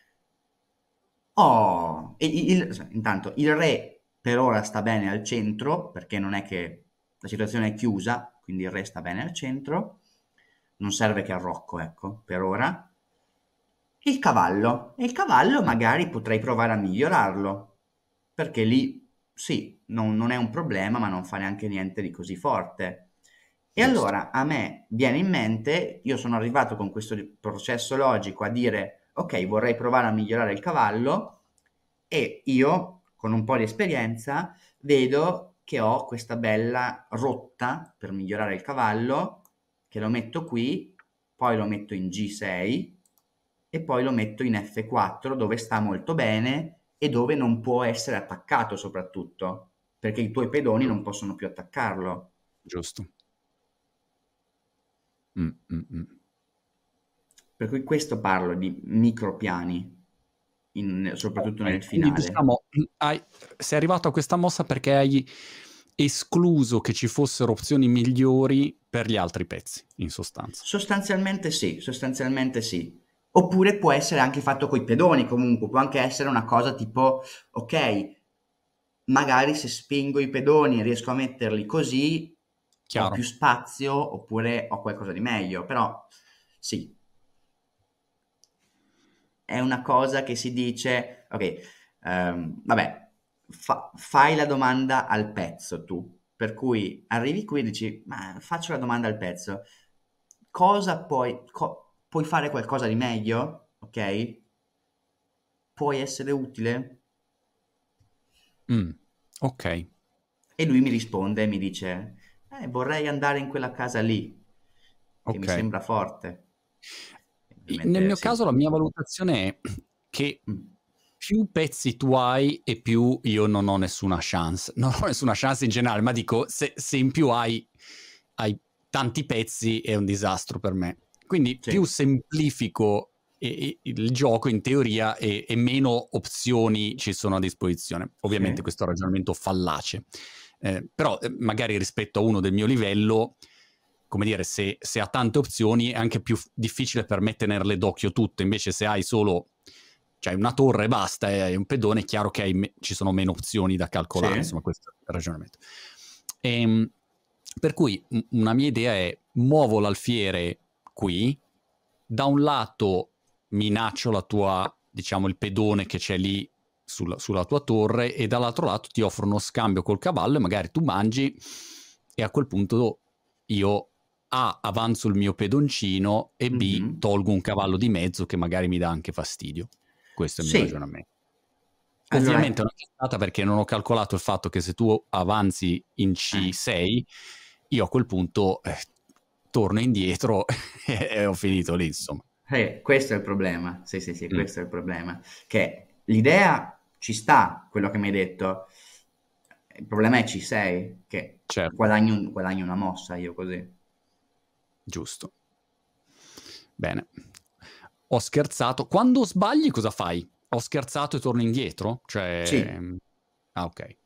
Oh, intanto il re per ora sta bene al centro, perché non è che la situazione è chiusa, quindi il re sta bene al centro, non serve che arrocco, ecco, per ora. E il cavallo Mm, magari potrei provare a migliorarlo, perché lì sì, non è un problema, ma non fa neanche niente di così forte. E giusto. allora a me viene in mente, io sono arrivato con questo processo logico a dire, ok, vorrei provare a migliorare il cavallo e io, con un po' di esperienza, vedo che ho questa bella rotta per migliorare il cavallo, che lo metto qui, poi lo metto in G6 e poi lo metto in F4 dove sta molto bene e dove non può essere attaccato soprattutto, perché i tuoi pedoni non Giusto. possono più attaccarlo. Giusto. Mm, mm, mm. Per cui questo parlo di micropiani, soprattutto Ok, nel quindi finale. diciamo, sei arrivato a questa mossa perché hai escluso che ci fossero opzioni migliori per gli altri pezzi, in sostanza. Sostanzialmente sì, sostanzialmente sì. Oppure può essere anche fatto coi pedoni comunque, può anche essere una cosa tipo, ok, magari se spingo i pedoni e riesco a metterli così, ho più Chiaro? spazio oppure ho qualcosa di meglio, però sì, è una cosa che si dice, ok, vabbè, fai la domanda al pezzo tu, per cui arrivi qui e dici, ma faccio la domanda al pezzo, cosa puoi fare qualcosa di meglio? Ok? Puoi essere utile? Ok. E lui mi risponde e mi dice, vorrei andare in quella casa lì, che mi Ok. sembra forte. Nel Ovviamente mio sì. caso la mia valutazione è che Mm. più pezzi tu hai e più io non ho nessuna chance. Non ho nessuna chance in generale, ma dico, se in più hai tanti pezzi è un disastro per me. Quindi più Sì, semplifico il gioco in teoria e meno opzioni ci sono a disposizione. Ovviamente sì. questo è un ragionamento fallace. Però magari rispetto a uno del mio livello, come dire, se ha tante opzioni è anche più difficile per me tenerle d'occhio tutte. Invece se hai solo, cioè, una torre e basta e un pedone, è chiaro che ci sono meno opzioni da calcolare. Sì. Insomma, questo è il ragionamento. E, per cui una mia idea è: muovo l'alfiere qui, da un lato minaccio la tua, diciamo, il pedone che c'è lì sulla tua torre, e dall'altro lato ti offro uno scambio col cavallo e magari tu mangi, e a quel punto io A, avanzo il mio pedoncino, e B, Mhm. tolgo un cavallo di mezzo che magari mi dà anche fastidio. Questo è il mio Sì. ragionamento. Ovviamente è Allora, una cazzata, perché non ho calcolato il fatto che se tu avanzi in eh, C6, io a quel punto torno indietro e ho finito lì, insomma. questo è il problema. Sì, sì, sì, Mm, questo è il problema. Che l'idea ci sta, quello che mi hai detto. Il problema è C6, che certo, guadagno una mossa io così. giusto. Bene. Ho scherzato. Quando sbagli cosa fai? Ho scherzato e torno indietro? Cioè... Sì. Ah, ok.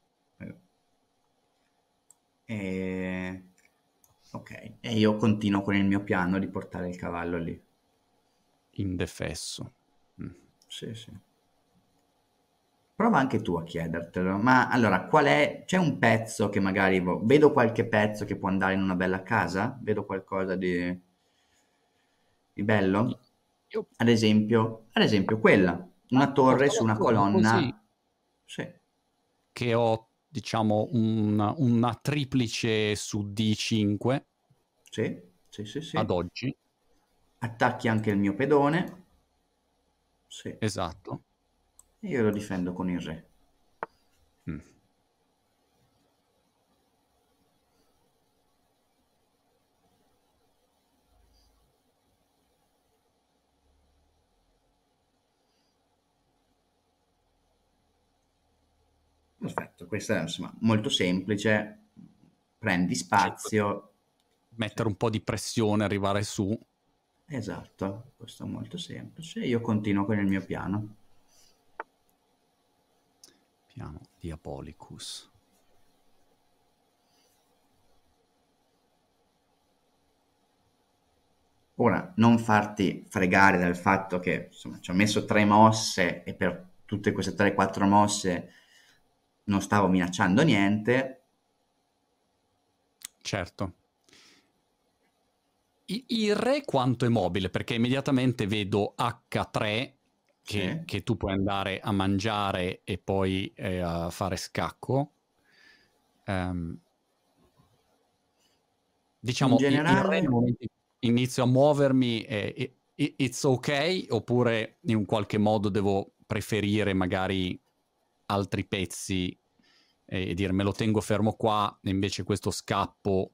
E... Ok, e io continuo con il mio piano di portare il cavallo lì. Indefesso. Mm. Sì, sì. Prova anche tu a chiedertelo, ma allora qual è? C'è un pezzo che magari vedo qualche pezzo che può andare in una bella casa? Vedo qualcosa di bello? Io Ad esempio quella, una torre porto su la una torre così, colonna. Sì, che ho, diciamo, una triplice su D5 sì, sì, sì, ad sì. oggi. Attacchi anche il mio pedone. Sì, e Esatto. io lo difendo con il re. Mm. Perfetto, questa è insomma molto semplice. Prendi Sì, spazio. Sì. mettere un po' di pressione, arrivare su. Esatto, questo è molto semplice. Io continuo con il mio piano. Piano Diabolicus. Ora, non farti fregare dal fatto che insomma, ci ho messo 3 mosse e per tutte queste 3-4 mosse non stavo minacciando niente. Certo. Il re quanto è mobile? Perché immediatamente vedo H3 Sì. che tu puoi andare a mangiare e poi a fare scacco. Ehm, In diciamo, il re nel generale, momento in cui inizio a muovermi, it's ok, oppure in un qualche modo devo preferire magari altri pezzi e dire me lo tengo fermo qua, e invece questo scappo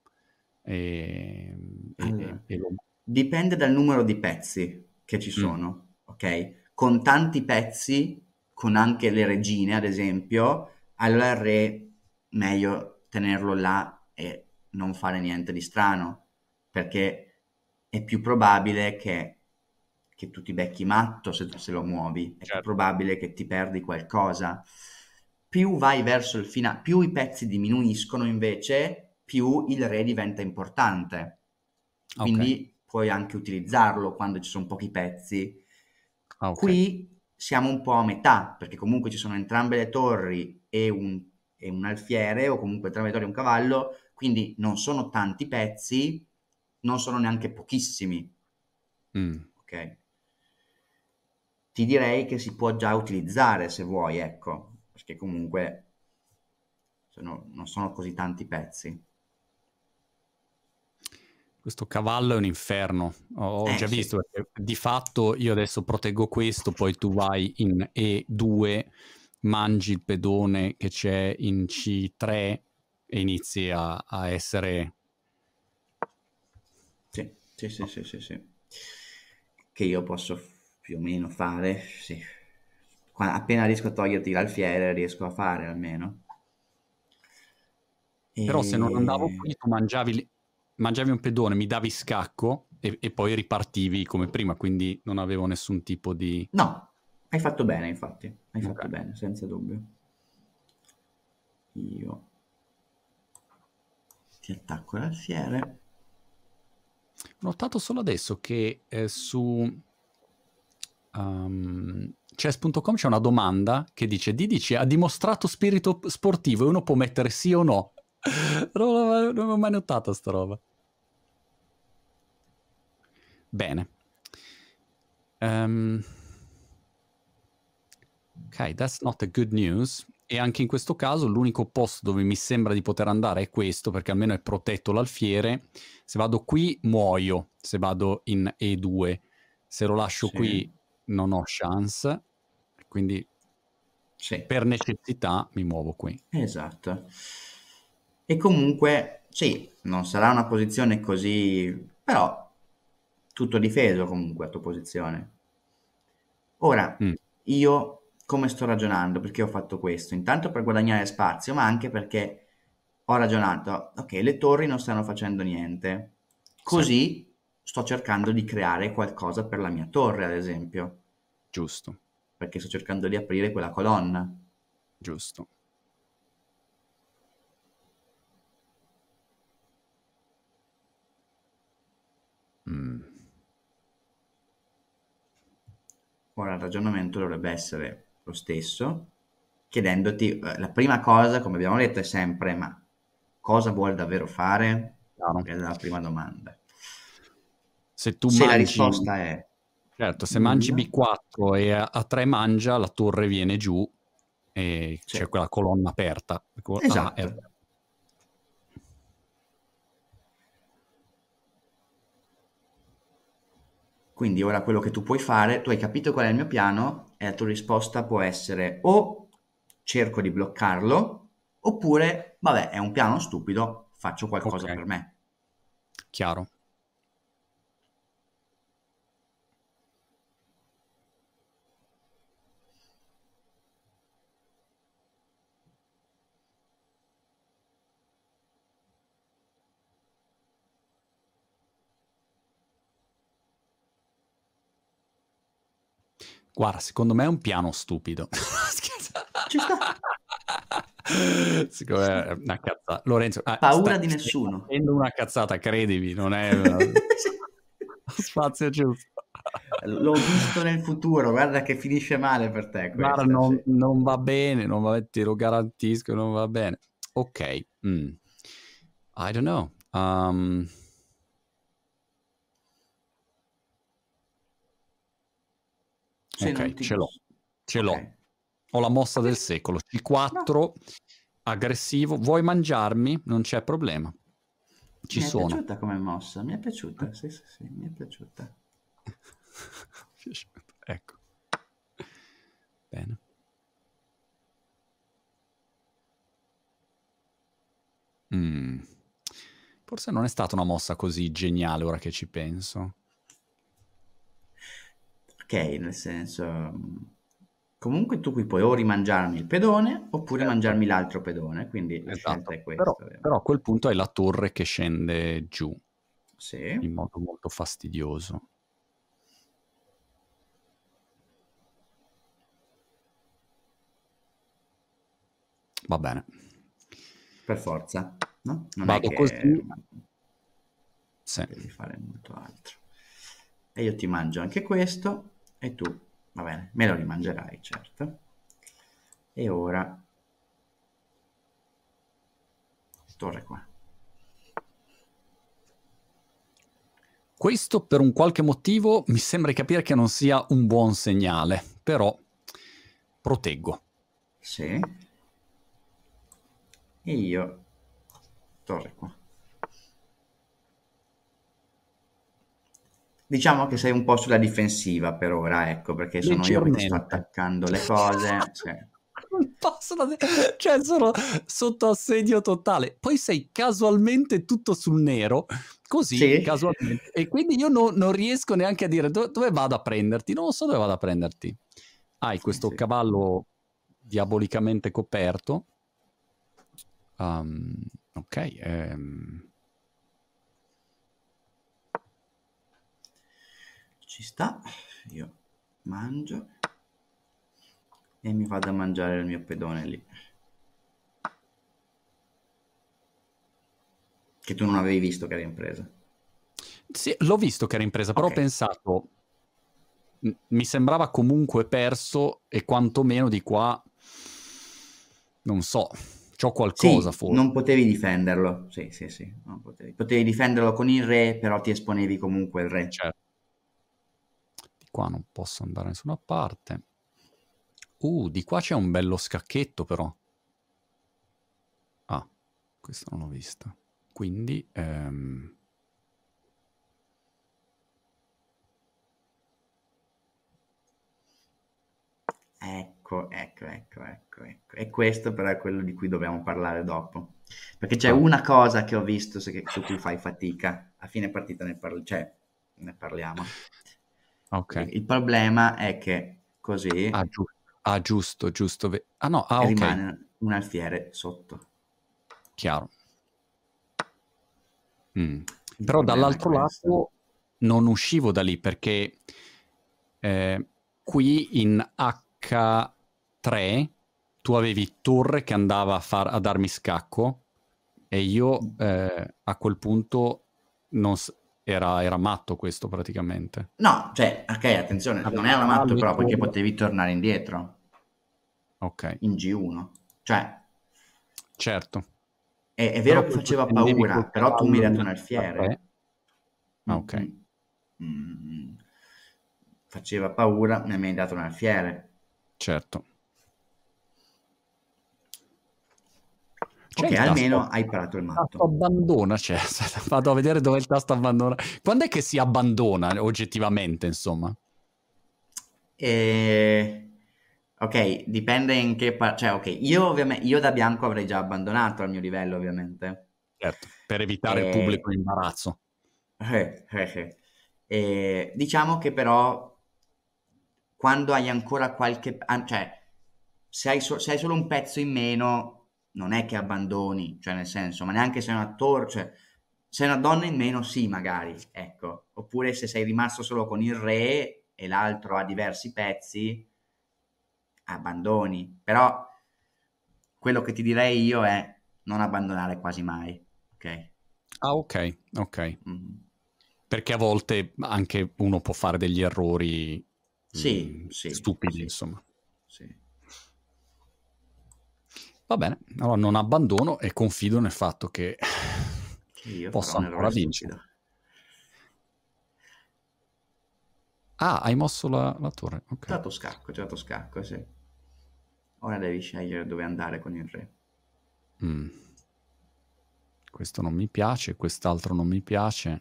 allora, e lo... dipende dal numero di pezzi che ci Mm, sono, ok? Con tanti pezzi, con anche le regine, ad esempio, allora il re meglio tenerlo là e non fare niente di strano, perché è più probabile che tu ti becchi matto se lo muovi, è più certo. probabile che ti perdi qualcosa. più vai verso il finale, più i pezzi diminuiscono invece, più il re diventa importante. Ok. Quindi puoi anche utilizzarlo quando ci sono pochi pezzi. Ok. Qui siamo un po' a metà, perché comunque ci sono entrambe le torri e un alfiere, o comunque entrambe le torri e un cavallo, quindi non sono tanti pezzi, non sono neanche pochissimi, Mm. ok? Ti direi che si può già utilizzare se vuoi, ecco, perché comunque non sono così tanti pezzi. Questo cavallo è un inferno. Ho già Sì, visto, perché di fatto io adesso proteggo questo, poi tu vai in E2, mangi il pedone che c'è in C3 e inizi a essere... sì, sì, sì, sì, sì, sì. Che io posso più o meno fare, sì. Appena riesco a toglierti l'alfiere, riesco a fare almeno. Però se non andavo E... qui, tu mangiavi un pedone, mi davi scacco e poi ripartivi come prima, quindi non avevo nessun tipo di... No, hai fatto bene, infatti, hai Ok. fatto bene, senza dubbio. Io ti attacco l'alfiere. Ho notato solo adesso che su chess.com c'è una domanda che dice Didici ha dimostrato spirito sportivo e uno può mettere sì o no. Non avevo mai notato sta roba. Bene. Ok, that's not a good news. E anche in questo caso l'unico posto dove mi sembra di poter andare è questo, perché almeno è protetto l'alfiere. Se vado qui muoio, se vado in E2. Se lo lascio Sì, qui non ho chance, quindi sì, per necessità mi muovo qui. esatto. E comunque, sì, non sarà una posizione così, però tutto difeso comunque a tua posizione. Ora, Mm, io come sto ragionando? Perché ho fatto questo? Intanto per guadagnare spazio, ma anche perché ho ragionato, ok, le torri non stanno facendo niente, sì, così sto cercando di creare qualcosa per la mia torre, ad esempio, giusto, perché sto cercando di aprire quella colonna. giusto. Mm. Ora il ragionamento dovrebbe essere lo stesso, chiedendoti, la prima cosa, come abbiamo detto, è sempre, ma cosa vuol davvero fare? Chiaro. È la prima domanda. Se tu Se la mangi, risposta è certo, se mangi nulla, B4 e a 3 mangia, la torre viene giù e sì, c'è quella colonna aperta. A è esatto. aperta. Quindi ora quello che tu puoi fare, tu hai capito qual è il mio piano e la tua risposta può essere o cerco di bloccarlo, oppure, vabbè, è un piano stupido, faccio Ok, qualcosa per me. chiaro. Guarda, secondo me è un piano stupido. Scherzo. Ci sta, Secondo ci me sta. è una cazzata. Lorenzo, Paura di stai nessuno. facendo una cazzata, credimi, non è lo Sì. spazio giusto. L'ho visto nel futuro, guarda che finisce male per te Guarda, questa, sì. non va bene, non va, te lo garantisco, non va bene. Ok, I don't know. Sì, non Ok, ti... ce l'ho, ce l'ho. Ok. Ho la mossa Sì, del sì. secolo. No, C4, aggressivo. Vuoi mangiarmi? Non c'è problema. Ci mi è sono. piaciuta come mossa, mi è piaciuta, sì, sì, sì, mi è piaciuta. Ecco. Bene. Mm. Forse non è stata una mossa così geniale ora che ci penso. Ok, nel senso... Comunque tu qui puoi o rimangiarmi il pedone oppure Certo. mangiarmi l'altro pedone, quindi la scelta Esatto. è Però, questa, ovviamente. però a quel punto hai la torre che scende giù Sì, in modo molto fastidioso. Va bene. Per forza, no? Non è Vado che così. Sì. devi fare molto altro. E io ti mangio anche questo e tu, va bene, me lo rimangerai, certo. E ora torre qua. Questo per un qualche motivo mi sembra di capire che non sia un buon segnale, però proteggo. Sì. E io torre qua. Diciamo che sei un po' sulla difensiva per ora, ecco, perché sono io che ti sto Leggermente. attaccando le cose. Sì. Non posso cioè sono sotto assedio totale. Poi sei casualmente tutto sul nero, così Sì? casualmente. E quindi io non riesco neanche a dire dove vado a prenderti. Non so dove vado a prenderti. Hai Sì, questo sì. cavallo diabolicamente coperto. Ok. Ci sta. Io mangio e mi vado a mangiare il mio pedone lì. Che tu non avevi visto che era in presa. Sì, l'ho visto che era in presa, però Ok. ho pensato, mi sembrava comunque perso e quantomeno di qua, non so, c'ho qualcosa Sì, forse. non potevi difenderlo. Sì, sì, sì, non potevi. Potevi difenderlo con il re, però ti esponevi comunque il re. Certo, di qua non posso andare da nessuna parte. Di qua c'è un bello scacchetto però. Ah, questo non l'ho visto. Quindi, Ecco, ecco, ecco, ecco, ecco. E questo però è quello di cui dobbiamo parlare dopo. Perché c'è ah, una cosa che ho visto su cui fai fatica. A fine partita cioè, ne parliamo. ok. Il problema è che così Ah, giusto. Ah, giusto, giusto. Ah no, ah, ok, rimane un alfiere sotto. chiaro. Mm. Il Però problema è dall'altro questo. lato non uscivo da lì perché qui in H3 tu avevi torre che andava a darmi scacco e io a quel punto non s- era matto questo praticamente. No, cioè, ok, attenzione, non Avevi era matto cavallo e però perché torre. potevi tornare indietro Ok, in G1. Cioè, certo. è Però vero che poi tu faceva scendevi col paura, però tu mi hai cavallo dato in un H3. alfiere. Ah, Mm, ok. mm, mm. Faceva paura, mi hai dato un alfiere. Certo. C'è Ok, il tasto, almeno hai parato il il tasto matto. abbandona, cioè, vado a vedere dove è il tasto abbandona. Quando è che si abbandona oggettivamente, insomma? E... Ok, dipende in che cioè, ok, io ovviamente, io da bianco avrei già abbandonato al mio livello, ovviamente. Certo, per evitare il pubblico E... imbarazzo. Diciamo che però quando hai ancora qualche... cioè, se hai solo un pezzo in meno, non è che abbandoni, cioè nel senso, ma neanche se è un attore, cioè, se è una donna in meno, sì, magari, ecco. Oppure se sei rimasto solo con il re e l'altro ha diversi pezzi, abbandoni. Però quello che ti direi io è non abbandonare quasi mai, ok? Ah, ok, ok. Mhm. Perché a volte anche uno può fare degli errori Sì, sì, stupidi, sì, insomma. sì. Va bene, allora non abbandono e confido nel fatto che Che io farò posso un ancora errore vincere. stupido. Ah, hai mosso la torre, ok. Girato scacco, sì. Ora devi scegliere dove andare con il re. Mm. Questo non mi piace, quest'altro non mi piace.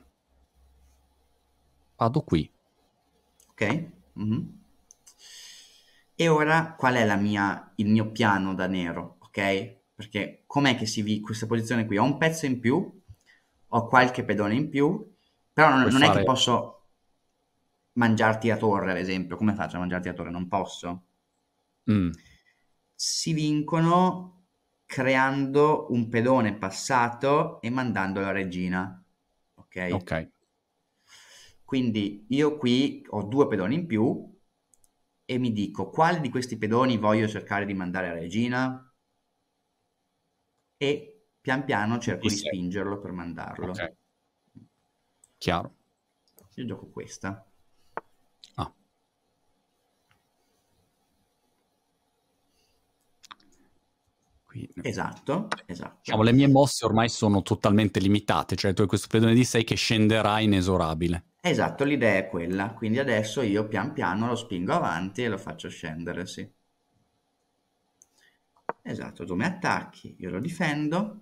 Vado qui. Ok? Mhm. E ora qual è il mio piano da nero? Ok? Perché com'è che si vive questa posizione qui? Ho un pezzo in più, ho qualche pedone in più, però non, Puoi non è che fare... posso mangiarti la torre, ad esempio. Come faccio a mangiarti la torre? Non posso. Mm, Si vincono creando un pedone passato e mandando la regina. Ok? ok. Quindi io qui ho due pedoni in più e mi dico quale di questi pedoni voglio cercare di mandare a regina? e pian piano cerco di D6. spingerlo per Ok, mandarlo. chiaro. Io gioco questa. Ah. Qui, Esatto, diciamo, esatto. le mie mosse ormai sono totalmente limitate, cioè tu hai questo pedone di 6 che scenderà inesorabile. Esatto, l'idea è quella. Quindi adesso io pian piano lo spingo avanti e lo faccio scendere, sì. Esatto, tu mi attacchi, io lo difendo.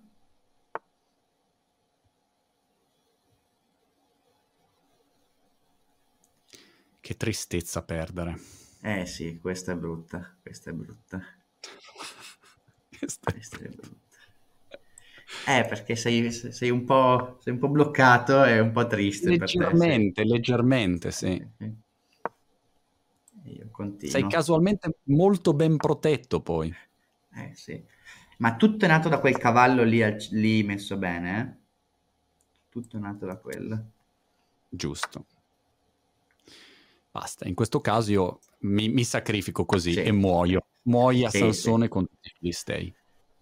Che tristezza perdere. Eh sì, questa è brutta, questa è brutta, Questo è questa è brutto. brutta. Perché sei un po' bloccato e un po' triste per te, sì. Leggermente, leggermente, sì. Sì. E io Sei continuo. casualmente molto ben protetto poi. Sì. Ma tutto è nato da quel cavallo lì, lì messo bene, eh? Tutto è nato da quello. Giusto. Basta, in questo caso io mi sacrifico così e Sì, muoio. Muoio a sì, sì. Sansone con tutti i Filistei.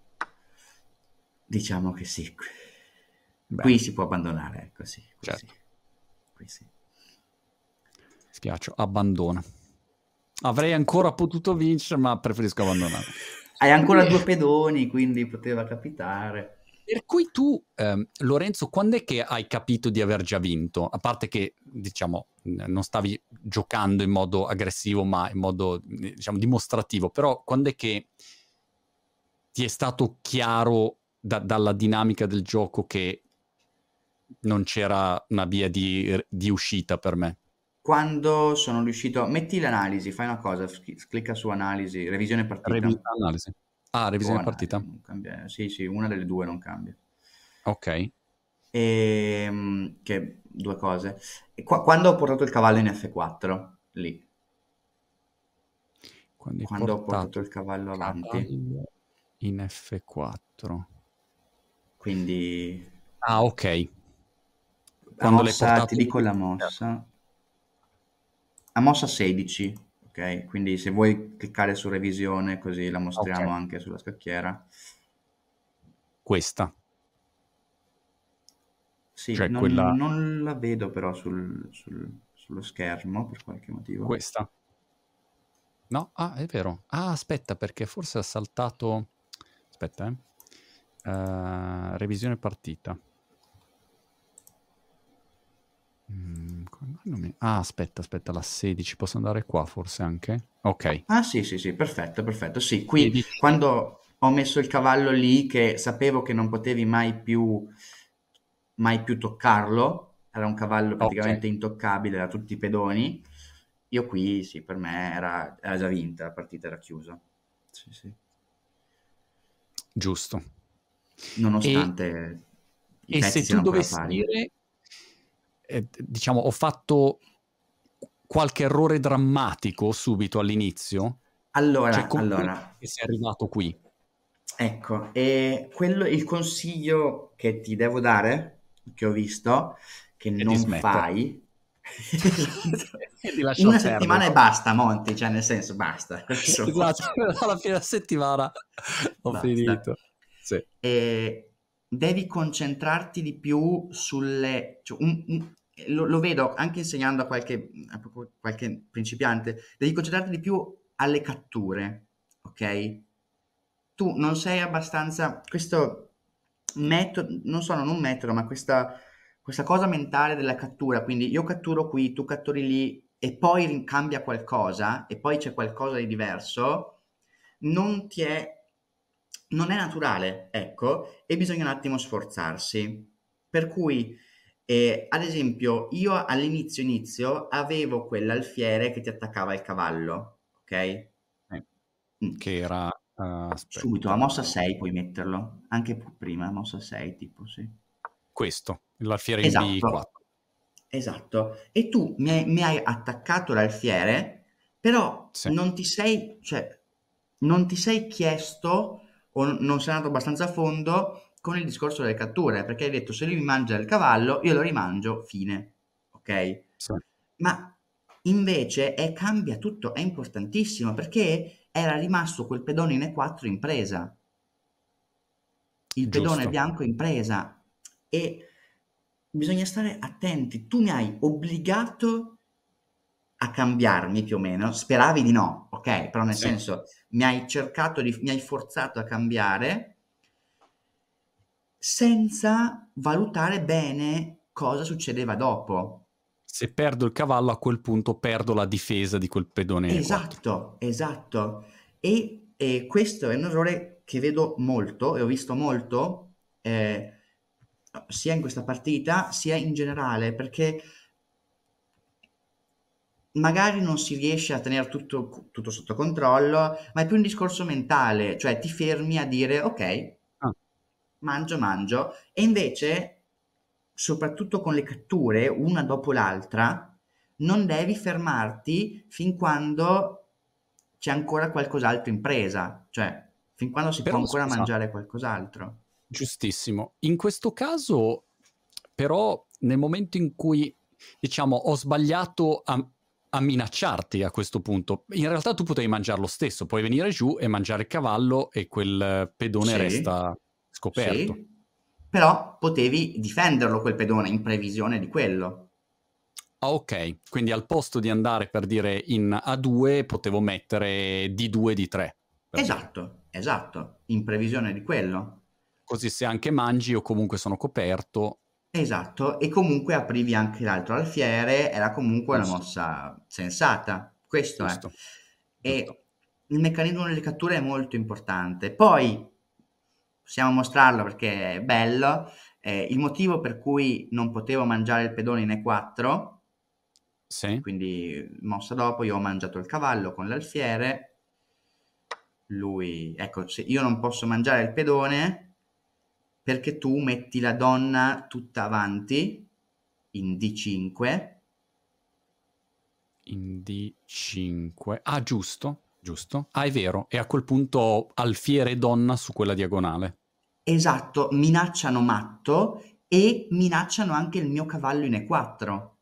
Diciamo che sì. Qui Bene, si può abbandonare, ecco, sì, qui sì. certo. Qui sì. Spiace, abbandona. Avrei ancora potuto vincere, ma preferisco abbandonare. Hai ancora Quindi, 2 pedoni, quindi poteva capitare. per cui tu, Lorenzo, quando è che hai capito di aver già vinto? A parte che, diciamo, non stavi giocando in modo aggressivo, ma in modo, diciamo, dimostrativo, però quando è che ti è stato chiaro dalla dinamica del gioco che non c'era una via di uscita per me? Quando sono riuscito metti l'analisi, fai una cosa, clicca su analisi, revisione partita Analisi. Ah, o revisione analisi, partita? non cambia sì, sì, una delle 2 non cambia. Ok. Che 2 cose. E quando ho portato il cavallo in F4, lì, Quando hai quando ho portato portato il il cavallo avanti, cavallo in F4. quindi Ah, ok. la Quando l'hai mossa, ti portato dico lì. la Certo. mossa, a mossa 16, ok? Quindi se vuoi cliccare su revisione così la Ok. mostriamo anche sulla scacchiera. Questa, Sì, cioè non, quella, non la vedo però sullo schermo per qualche motivo. questa. No? Ah, è vero. Ah, aspetta, perché forse ha saltato... Aspetta, revisione partita. Come mai non Ah, aspetta, la 16. Posso andare qua forse anche? Ok. Ah sì, sì, sì, perfetto, perfetto. Sì, qui 16. quando ho messo il cavallo lì che sapevo che non potevi mai più toccarlo, era un cavallo Ok, praticamente intoccabile da tutti i pedoni, io qui sì, per me era già vinta, la partita era chiusa. Sì, sì. giusto. E, Nonostante i e pezzi se tu siano ancora dovessi pari. dire, diciamo, ho fatto qualche errore drammatico subito all'inizio? Cioè, Allora, come allora, che sei arrivato qui? ecco, e quello il consiglio che ti devo dare, che ho visto, che E di non smettere. fai, esatto, E di lasciar una perdere. settimana e basta, Monti, cioè nel senso basta, adesso Esatto, alla fine della settimana ho basta. finito. Sì. E devi concentrarti di più sulle... cioè, lo vedo anche insegnando a proprio qualche principiante, devi concentrarti di più alle catture, ok? Tu non sei abbastanza... Questo metodo, non so, non un metodo, ma questa cosa mentale della cattura, quindi io catturo qui, tu catturi lì e poi cambia qualcosa e poi c'è qualcosa di diverso, non ti è, non è naturale, ecco, e bisogna un attimo sforzarsi. Per cui, ad esempio, io inizio avevo quell'alfiere che ti attaccava il cavallo, ok? Mm. Che era, Subito, a aspetta, mossa 6 puoi metterlo, anche prima, a mossa 6 tipo, sì. questo, l'alfiere in Esatto, B4. esatto. E tu mi hai attaccato l'alfiere, però Sì, non ti sei chiesto o non sei andato abbastanza a fondo con il discorso delle catture, perché hai detto se lui mi mangia il cavallo, io lo rimangio, fine. Ok? sì. Ma invece cambia tutto, è importantissimo perché era rimasto quel pedone in E4 in presa. il pedone giusto. bianco in presa e bisogna stare attenti. Tu mi hai obbligato a cambiarmi più o meno, speravi di no, ok? Però nel Sì. senso mi hai forzato a cambiare senza valutare bene cosa succedeva dopo. Se perdo il cavallo, a quel punto perdo la difesa di quel pedone in 4. Esatto, esatto. E questo è un errore che vedo molto e ho visto molto, sia in questa partita sia in generale, perché magari non si riesce a tenere tutto sotto controllo, ma è più un discorso mentale, cioè ti fermi a dire ok, Ah, mangio, e invece, soprattutto con le catture, una dopo l'altra, non devi fermarti fin quando c'è ancora qualcos'altro in presa, cioè fin quando si può però ancora scusa, mangiare qualcos'altro. giustissimo. In questo caso, però, nel momento in cui, diciamo, ho sbagliato a minacciarti a questo punto, in realtà tu potevi mangiare lo stesso, puoi venire giù e mangiare il cavallo e quel pedone Sì, resta scoperto. sì, però potevi difenderlo quel pedone in previsione di quello. Ah, ok, quindi al posto di andare per dire in A2 potevo mettere D2, D3, per dire. Esatto, esatto, in previsione di quello. Così se anche mangi o comunque sono coperto, Esatto, e comunque aprivi anche l'altro alfiere, era comunque una giusto, mossa sensata, questo è. giusto, giusto. E il meccanismo delle catture è molto importante. Poi, possiamo mostrarlo perché è bello, il motivo per cui non potevo mangiare il pedone in E4, Sì, quindi mossa dopo, io ho mangiato il cavallo con l'alfiere, lui, ecco, se io non posso mangiare il pedone perché tu metti la donna tutta avanti in D5. in D5. Ah, giusto, giusto. Ah, è vero. E a quel punto alfiere donna su quella diagonale. Esatto, minacciano matto e minacciano anche il mio cavallo in E4.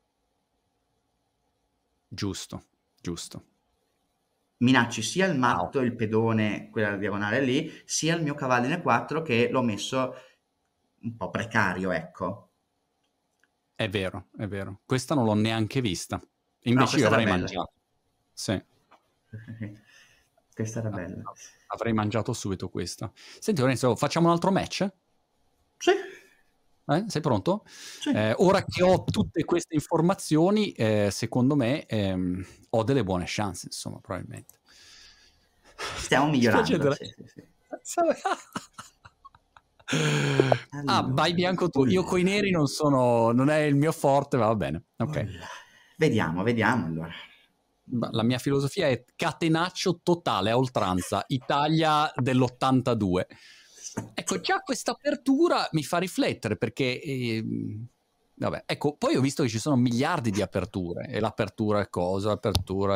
Giusto, giusto. Minacci sia il Wow. matto, il pedone, quella diagonale lì, sia il mio cavallo in E4 che l'ho messo un po' precario, ecco. È vero, è vero. Questa non l'ho neanche vista. No, Invece io questa era avrei bella. mangiato. Sì. Questa era bella. Avrei mangiato subito questa. Senti, Lorenzo, facciamo un altro match? Sì, Sei pronto? sì. Ora che ho tutte queste informazioni, secondo me ho delle buone chance, insomma, probabilmente. Stiamo Mi piace migliorando, vedere. sì, sì, sì. Ah, vai Allora, bianco tu. Io coi neri non sono, non è il mio forte, ma va bene. Ok. vediamo, vediamo allora. La mia filosofia è catenaccio totale a oltranza, Italia dell'82. Ecco, Esatto. già questa apertura mi fa riflettere perché, vabbè, ecco, poi ho visto che ci sono miliardi di aperture e l'apertura è cosa, l'apertura...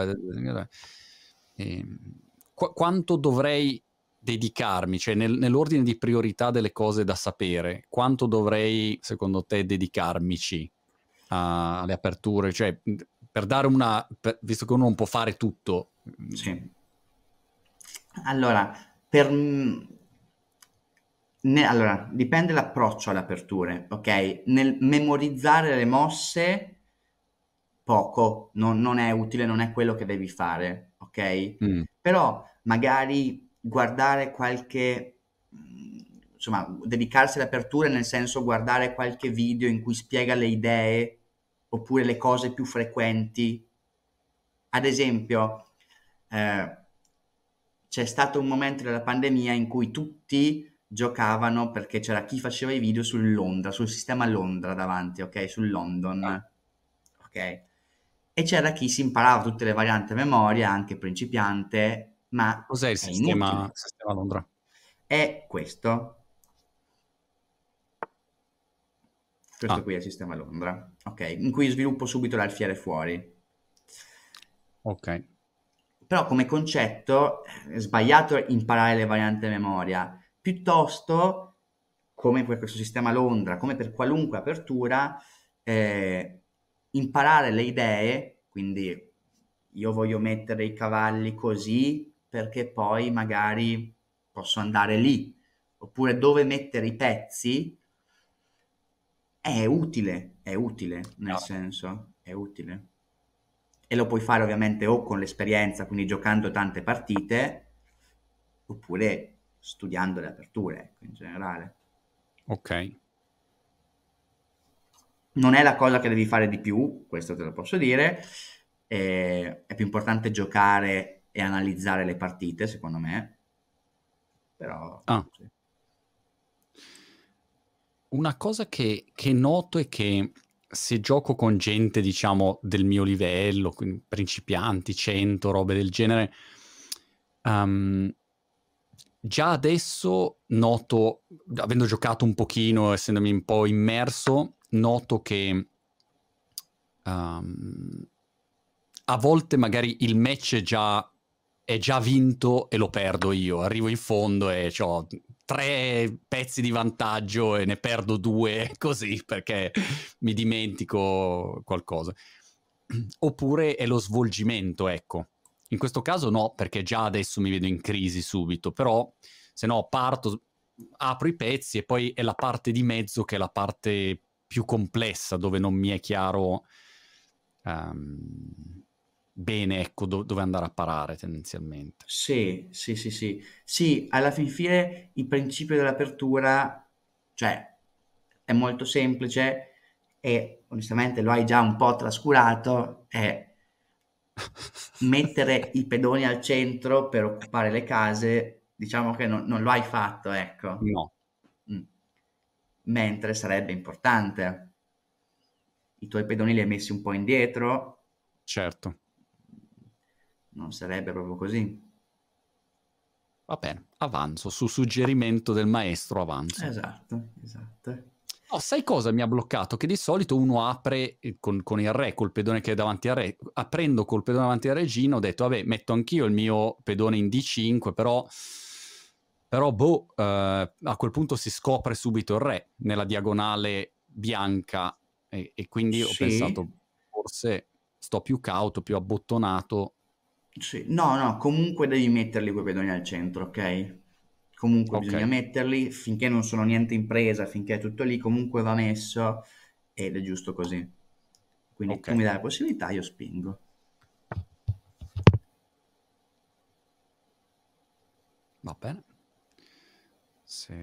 quanto dovrei dedicarmi, cioè nell'ordine di priorità delle cose da sapere, quanto dovrei, secondo te, dedicarmici alle aperture, cioè per dare visto che uno non può fare tutto. Sì. Allora, per... allora, dipende l'approccio alle aperture, ok? Nel memorizzare le mosse, poco, non è utile, non è quello che devi fare, ok? Mm, Però magari guardare qualche, insomma, dedicarsi alle aperture nel senso guardare qualche video in cui spiega le idee oppure le cose più frequenti. Ad esempio, c'è stato un momento della pandemia in cui tutti giocavano perché c'era chi faceva i video sul Londra, sul sistema Londra davanti, ok? Sul ah, London, ok? E c'era chi si imparava tutte le varianti a memoria, anche principiante, ma cos'è il è sistema, inutile. sistema Londra? È questo. Questo Ah, qui è il sistema Londra, ok? In cui sviluppo subito l'alfiere fuori. ok. Però come concetto è sbagliato imparare le varianti a memoria, piuttosto come per questo sistema Londra, come per qualunque apertura, imparare le idee, quindi io voglio mettere i cavalli così perché poi magari posso andare lì, oppure dove mettere i pezzi, è utile, nel Chiaro. senso, è utile. E lo puoi fare ovviamente o con l'esperienza, quindi giocando tante partite, oppure studiando le aperture, ecco, in generale. Ok. Non è la cosa che devi fare di più, questo te lo posso dire, è più importante giocare e analizzare le partite, secondo me, però Ah, sì. una cosa che noto è che se gioco con gente, diciamo, del mio livello, quindi principianti, 100, robe del genere, ehm, già adesso noto, avendo giocato un pochino, essendomi un po' immerso, noto che a volte magari il match è già vinto e lo perdo io. Arrivo in fondo e ho 3 pezzi di vantaggio e ne perdo 2 così perché mi dimentico qualcosa. Oppure è lo svolgimento, ecco. In questo caso no, perché già adesso mi vedo in crisi subito, però se no parto, apro i pezzi e poi è la parte di mezzo che è la parte più complessa, dove non mi è chiaro bene, ecco, dove andare a parare tendenzialmente. Sì, sì, sì, sì. Sì, alla fin fine il principio dell'apertura, cioè, è molto semplice e onestamente lo hai già un po' trascurato, è mettere i pedoni al centro per occupare le case, diciamo che non lo hai fatto, ecco. No, Mm. Mentre sarebbe importante. I tuoi pedoni li hai messi un po' indietro, certo. non sarebbe proprio così. Va bene, avanzo. Su suggerimento del maestro avanzo. Esatto, esatto. Oh, sai cosa mi ha bloccato? Che di solito uno apre con il re, col pedone che è davanti al re. Aprendo col pedone davanti al regina ho detto, vabbè, metto anch'io il mio pedone in D5, però boh, a quel punto si scopre subito il re nella diagonale bianca e quindi ho Sì, pensato, forse sto più cauto, più abbottonato. sì. No, no, comunque devi metterli quei pedoni al centro, ok? Comunque Ok, bisogna metterli finché non sono niente in presa, finché è tutto lì, comunque va messo ed è giusto così. Quindi ok, tu mi dai la possibilità, io spingo. va bene. Se...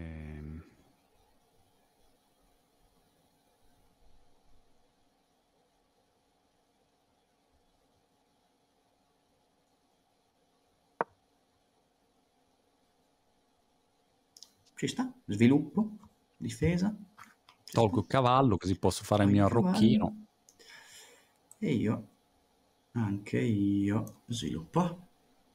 Ci sta? Sviluppo, difesa, ci sta? Tolgo il cavallo così posso fare il Togli mio il cavallo arrocchino. e io, anche io, sviluppo.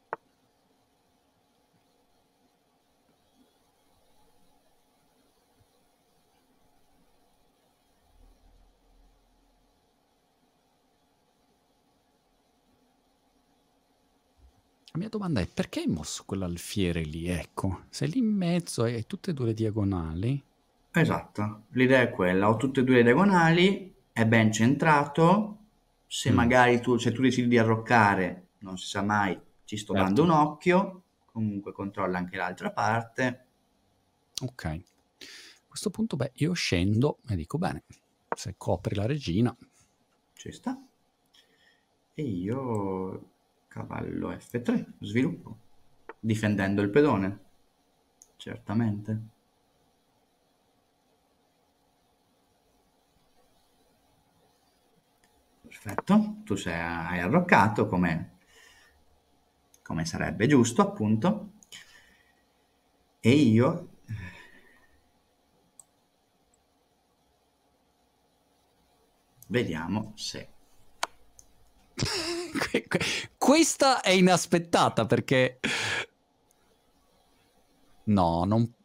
La mia domanda è perché hai mosso quell'alfiere lì? Ecco, sei lì in mezzo e hai tutte e due le diagonali. Esatto, l'idea è quella, ho tutte e due le diagonali, è ben centrato, se Mm, magari se tu decidi di arroccare, non si sa mai, ci sto dando un certo, occhio, comunque controlla anche l'altra parte, ok. A questo punto, beh, io scendo e dico, bene, se copri la regina, ci sta, e io cavallo F3, sviluppo, difendendo il pedone, certamente. Perfetto, hai arroccato come sarebbe giusto, appunto, e io vediamo se... questa è inaspettata perché... No,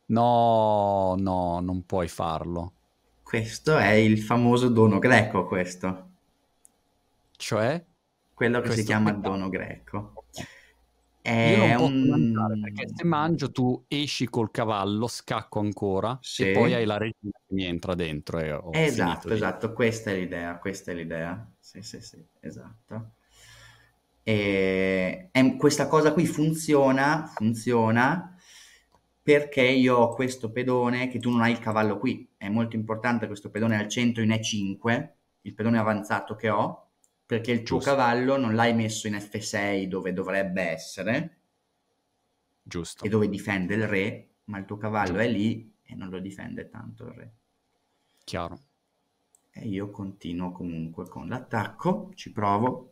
non puoi farlo. Questo è il famoso dono greco, questo, Cioè, quello che si questo chiama che dono cambia. greco. Ok. Io non È posso mangiare perché se un... mangio tu esci col cavallo, scacco ancora e poi hai Sì, la regina che mi entra dentro e ho finito esatto, di... esatto, questa è l'idea, questa è l'idea. Sì, sì, sì, esatto. E questa cosa qui funziona, funziona perché io ho questo pedone che tu non hai il cavallo qui. È molto importante questo pedone al centro in E5, il pedone avanzato che ho, perché il tuo Giusto, cavallo non l'hai messo in F6 dove dovrebbe essere e giusto, dove difende il re, ma il tuo cavallo è giusto, lì e non lo difende tanto il re. chiaro. E io continuo comunque con l'attacco, ci provo.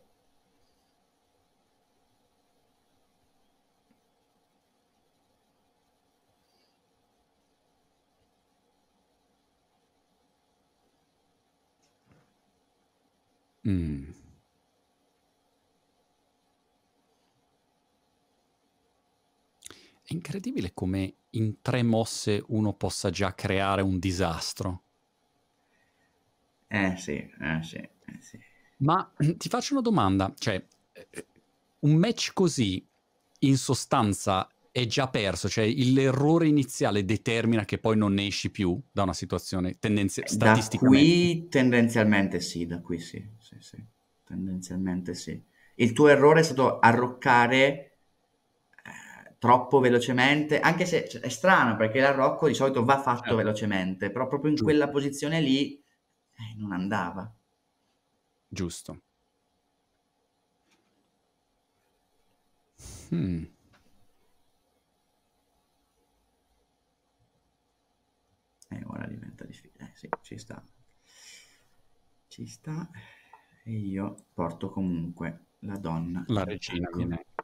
Mm. È incredibile come in 3 mosse uno possa già creare un disastro. Sì, sì, sì. Ma ti faccio una domanda, cioè un match così in sostanza è già perso, cioè l'errore iniziale determina che poi non ne esci più da una situazione Da statisticamente. qui tendenzialmente sì, da qui sì, sì, sì, tendenzialmente sì. Il tuo errore è stato arroccare troppo velocemente, anche se cioè, è strano perché l'arrocco di solito va fatto Certo, velocemente, però proprio in quella giusto, posizione lì non andava. giusto. Mm. E ora diventa difficile. Sì, ci sta. Ci sta. E io porto comunque la donna La in regina attacco. viene...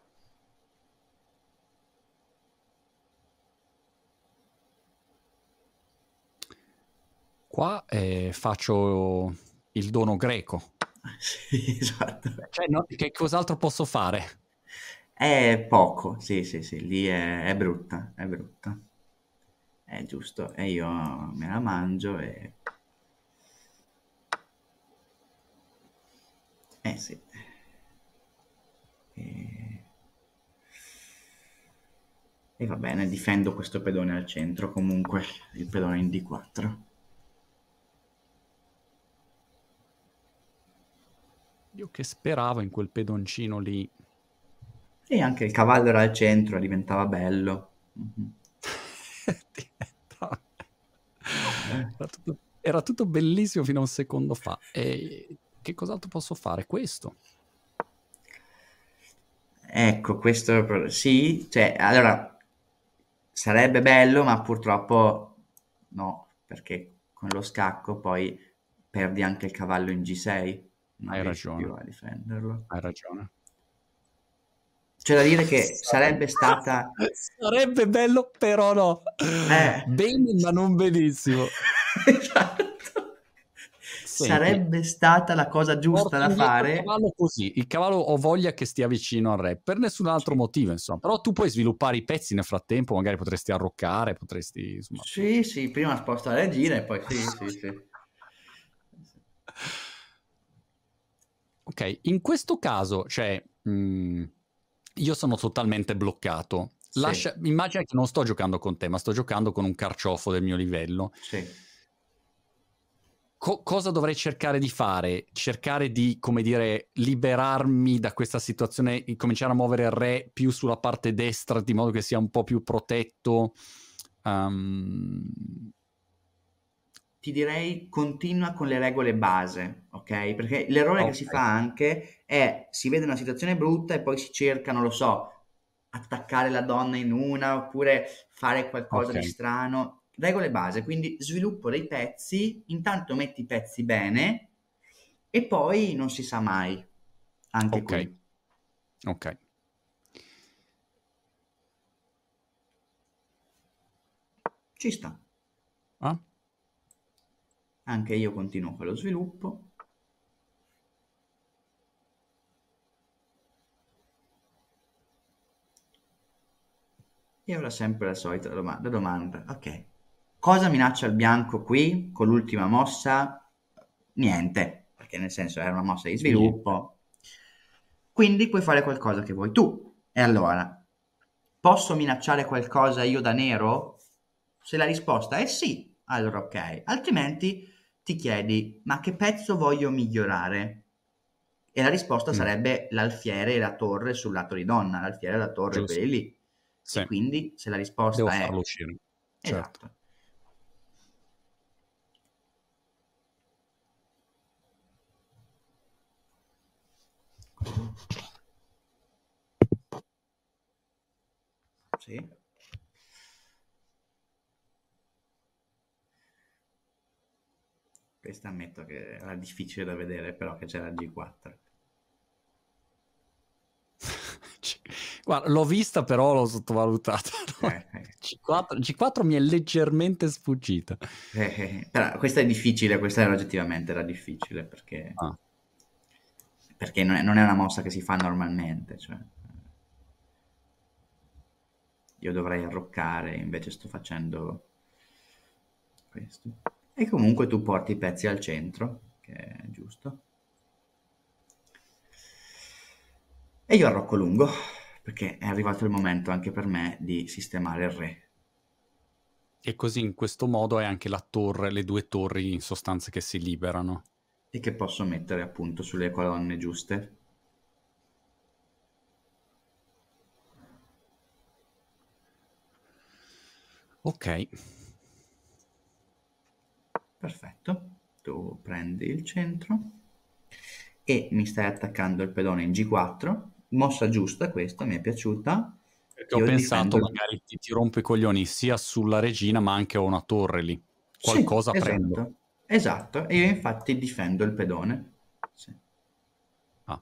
Qua faccio il dono greco. Sì, esatto. Cioè, che cos'altro posso fare? È poco, sì, sì, sì, lì è brutta, è brutta. È giusto. E io me la mangio e... sì. E... e va bene, difendo questo pedone al centro, comunque il pedone in D4. Io che speravo in quel pedoncino lì. E anche il cavallo era al centro, diventava bello. Mhm. Diventa- era tutto bellissimo fino a un secondo fa. E che cos'altro posso fare? Questo. Ecco, questo sì, cioè, allora, sarebbe bello, ma purtroppo no, perché con lo scacco poi perdi anche il cavallo in G6, non Hai riesci ragione, più a difenderlo. hai ragione. C'è da dire che sarebbe stata... Sarebbe bello, però no. Eh, Bene, ma non benissimo. esatto. Senti, Sarebbe stata la cosa giusta porto da indietro il fare. cavallo così. Il cavallo ho voglia che stia vicino al re, per nessun altro Sì. motivo, insomma. Però tu puoi sviluppare i pezzi nel frattempo, magari potresti arroccare, potresti, insomma... Sì, sì, prima sposta la regina e poi sì, sì, sì. Ok, in questo caso, cioè, io sono totalmente bloccato. Sì, Immagina che non sto giocando con te, ma sto giocando con un carciofo del mio livello. sì. Cosa dovrei cercare di fare? Cercare di, come dire, liberarmi da questa situazione, e cominciare a muovere il re più sulla parte destra, di modo che sia un po' più protetto. Um, Ti direi continua con le regole base, ok? Perché l'errore che ok, si fa anche è si vede una situazione brutta e poi si cerca, non lo so, attaccare la donna in una oppure fare qualcosa ok, di strano. Regole base, quindi sviluppo dei pezzi, intanto metti i pezzi bene e poi non si sa mai, anche ok, qui. ok. Ci sta. Ah? Anche io continuo con lo sviluppo. E ora sempre la solita domanda. Ok. Cosa minaccia il bianco qui con l'ultima mossa? Niente, perché nel senso era una mossa di Niente. sviluppo. Quindi puoi fare qualcosa che vuoi tu. E allora, posso minacciare qualcosa io da nero? Se la risposta è sì, allora ok. Altrimenti ti chiedi, ma che pezzo voglio migliorare? E la risposta Mm, sarebbe l'alfiere e la torre sul lato di donna, l'alfiere e la torre, giusto, quelli lì. Sì, E quindi se la devo risposta farlo è uscire. Certo. esatto. Sì. Questa ammetto che era difficile da vedere, però che c'era il G4. Guarda, l'ho vista, però l'ho sottovalutata. No? Eh, eh. G4 mi è leggermente sfuggita. Però questa è difficile, questa era oggettivamente era difficile Ah, perché non è una mossa che si fa normalmente, cioè io dovrei arroccare, invece sto facendo questo. E comunque tu porti i pezzi al centro, che è giusto. E io arrocco lungo, perché è arrivato il momento anche per me di sistemare il re. e così in questo modo è anche la torre, le due torri in sostanza che si liberano. E che posso mettere appunto sulle colonne giuste. Ok, Perfetto, tu prendi il centro e mi stai attaccando il pedone in G4. Mossa giusta questa, mi è piaciuta. perché ho Io difendo pensato il... magari ti rompo i coglioni sia sulla regina ma anche ho una torre lì. Sì, Qualcosa prendo. esatto, esatto. E io infatti difendo il pedone. Sì. Ah,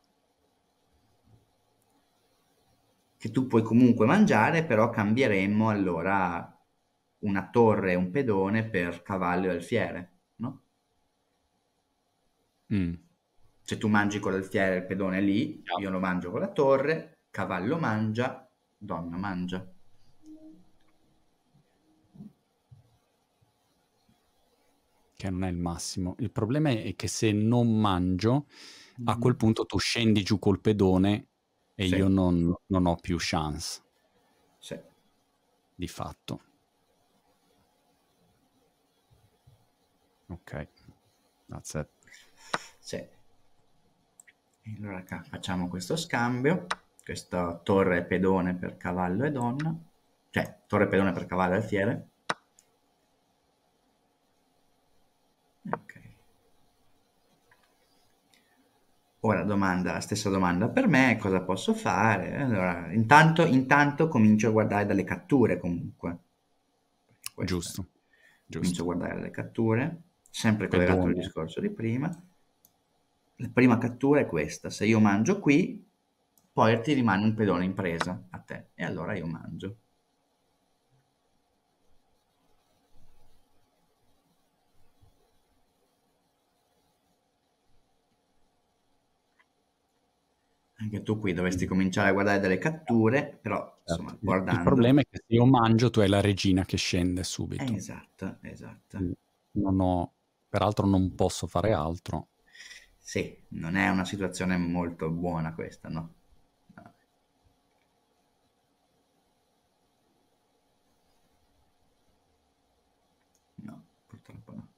Che tu puoi comunque mangiare, però cambieremmo allora una torre e un pedone per cavallo e alfiere, no? mm, Se tu mangi con l'alfiere e il pedone lì, chiaro. io lo mangio con la torre, cavallo mangia, donna mangia. Che non è il massimo. Il problema è che se non mangio, a quel Mhm. punto tu scendi giù col pedone e Sì, io non ho più chance, sì, di fatto. Ok, that's it. sì. E allora facciamo questo scambio, questa torre e pedone per cavallo e donna, cioè torre e pedone per cavallo e alfiere. Ok. Ora la stessa domanda per me, cosa posso fare? Allora, intanto comincio a guardare dalle catture comunque. Perché questa, Giusto, comincio a giusto. guardare le catture, sempre collegato al Pedone. discorso di prima. La prima cattura è questa, se io mangio qui, poi ti rimane un pedone in presa a te, e allora io mangio. Anche tu qui dovresti cominciare a guardare delle catture, però insomma, Certo. Il guardando. problema è che se io mangio, tu hai la regina che scende subito. Esatto, esatto. Quindi non ho, peraltro non posso fare altro. Sì, non è una situazione molto buona questa, no? No, no, purtroppo no.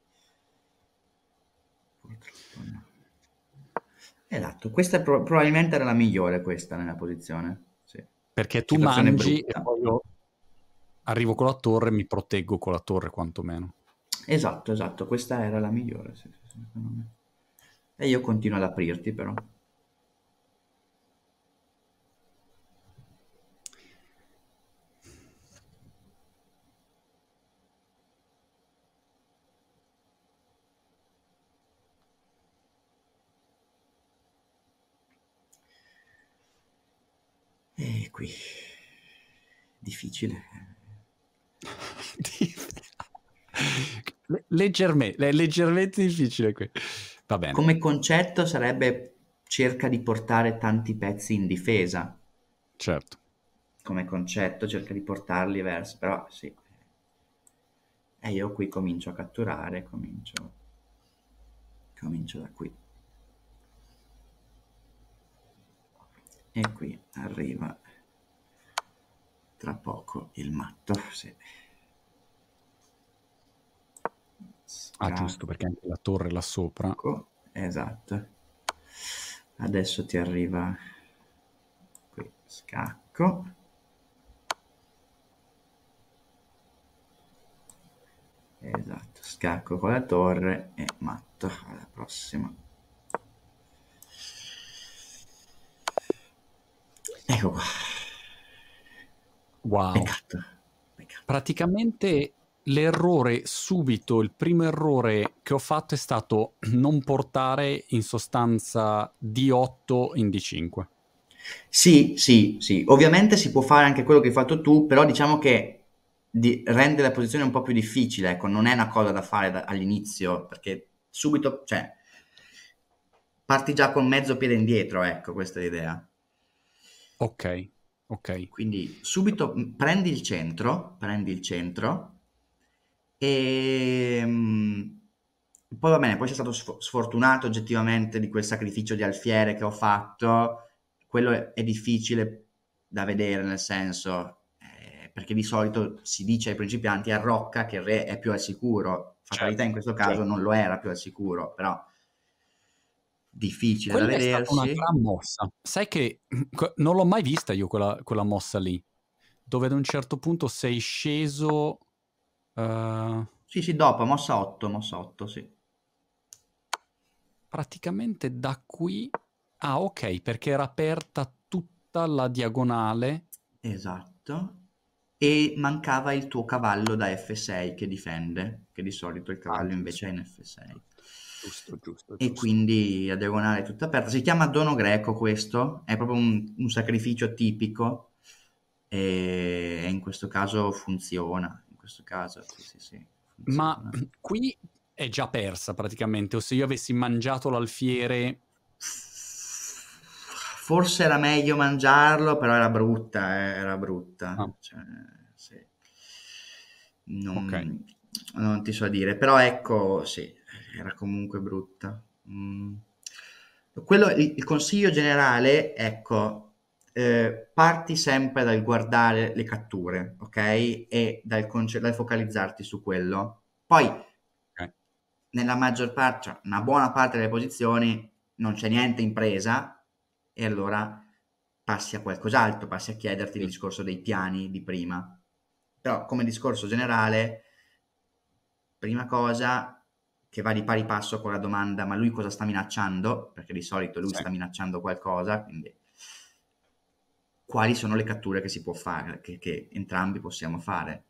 Purtroppo no. Esatto, questa probabilmente era la migliore questa nella posizione. Sì. Perché tu Situazione mangi e brutta. poi io arrivo con la torre e mi proteggo con la torre quantomeno. Esatto, esatto, questa era la migliore, sì, sì, sì, secondo me. E io continuo ad aprirti però. E qui. Difficile. Leggermente difficile qui. Va bene, Come concetto sarebbe cerca di portare tanti pezzi in difesa. certo. Come concetto cerca di portarli verso, però sì. E io qui comincio a catturare, comincio da qui. E qui arriva tra poco il matto, sì. Ah, giusto, perché anche la torre là sopra. Scacco, esatto. Adesso ti arriva qui, scacco. esatto, scacco con la torre e matto alla prossima. Ecco qua. Wow. Peccato, peccato. Praticamente l'errore subito, il primo errore che ho fatto è stato non portare in sostanza D8 in D5. Sì, sì, sì. Ovviamente si può fare anche quello che hai fatto tu, però diciamo che rende la posizione un po' più difficile, ecco, non è una cosa da fare all'inizio, perché subito, cioè, parti già con mezzo piede indietro, ecco, questa è l'idea. Ok, ok. Quindi subito prendi il centro e poi va bene, poi sei stato sfortunato oggettivamente di quel sacrificio di alfiere che ho fatto, quello è difficile da vedere, nel senso, perché di solito si dice ai principianti arrocca che il re è più al sicuro, fatalità Certo, in questo caso certo. non lo era più al sicuro, però difficile da Quella è stata una vedersi. gran mossa. Sai che non l'ho mai vista io quella mossa lì, dove ad un certo punto sei sceso. eh, Sì, sì, dopo, mossa 8, sì. Praticamente da qui. Ah, ok, perché era aperta tutta la diagonale. Esatto. E mancava il tuo cavallo da F6 che difende, che di solito il Ah, cavallo invece è giusto, in F6. giusto, giusto, E giusto. quindi la diagonale è tutta aperta. Si chiama dono greco questo, è proprio un sacrificio tipico e in questo caso funziona. In questo caso, sì, sì, sì, Ma funziona. qui è già persa praticamente, o se io avessi mangiato l'alfiere. Forse era meglio mangiarlo, però era brutta. Ah, Cioè, sì. ok. Non ti so dire, però ecco, sì, era comunque brutta. Il consiglio generale, ecco, parti sempre dal guardare le catture, ok? E dal focalizzarti su quello. Poi Ok. nella maggior parte, cioè una buona parte delle posizioni non c'è niente in presa e allora passi a qualcos'altro, passi a chiederti il Sì. discorso dei piani di prima. Però come discorso generale, prima cosa che va di pari passo con la domanda ma lui cosa sta minacciando? Perché di solito lui Sì. sta minacciando qualcosa, quindi quali sono le catture che si può fare, che entrambi possiamo fare?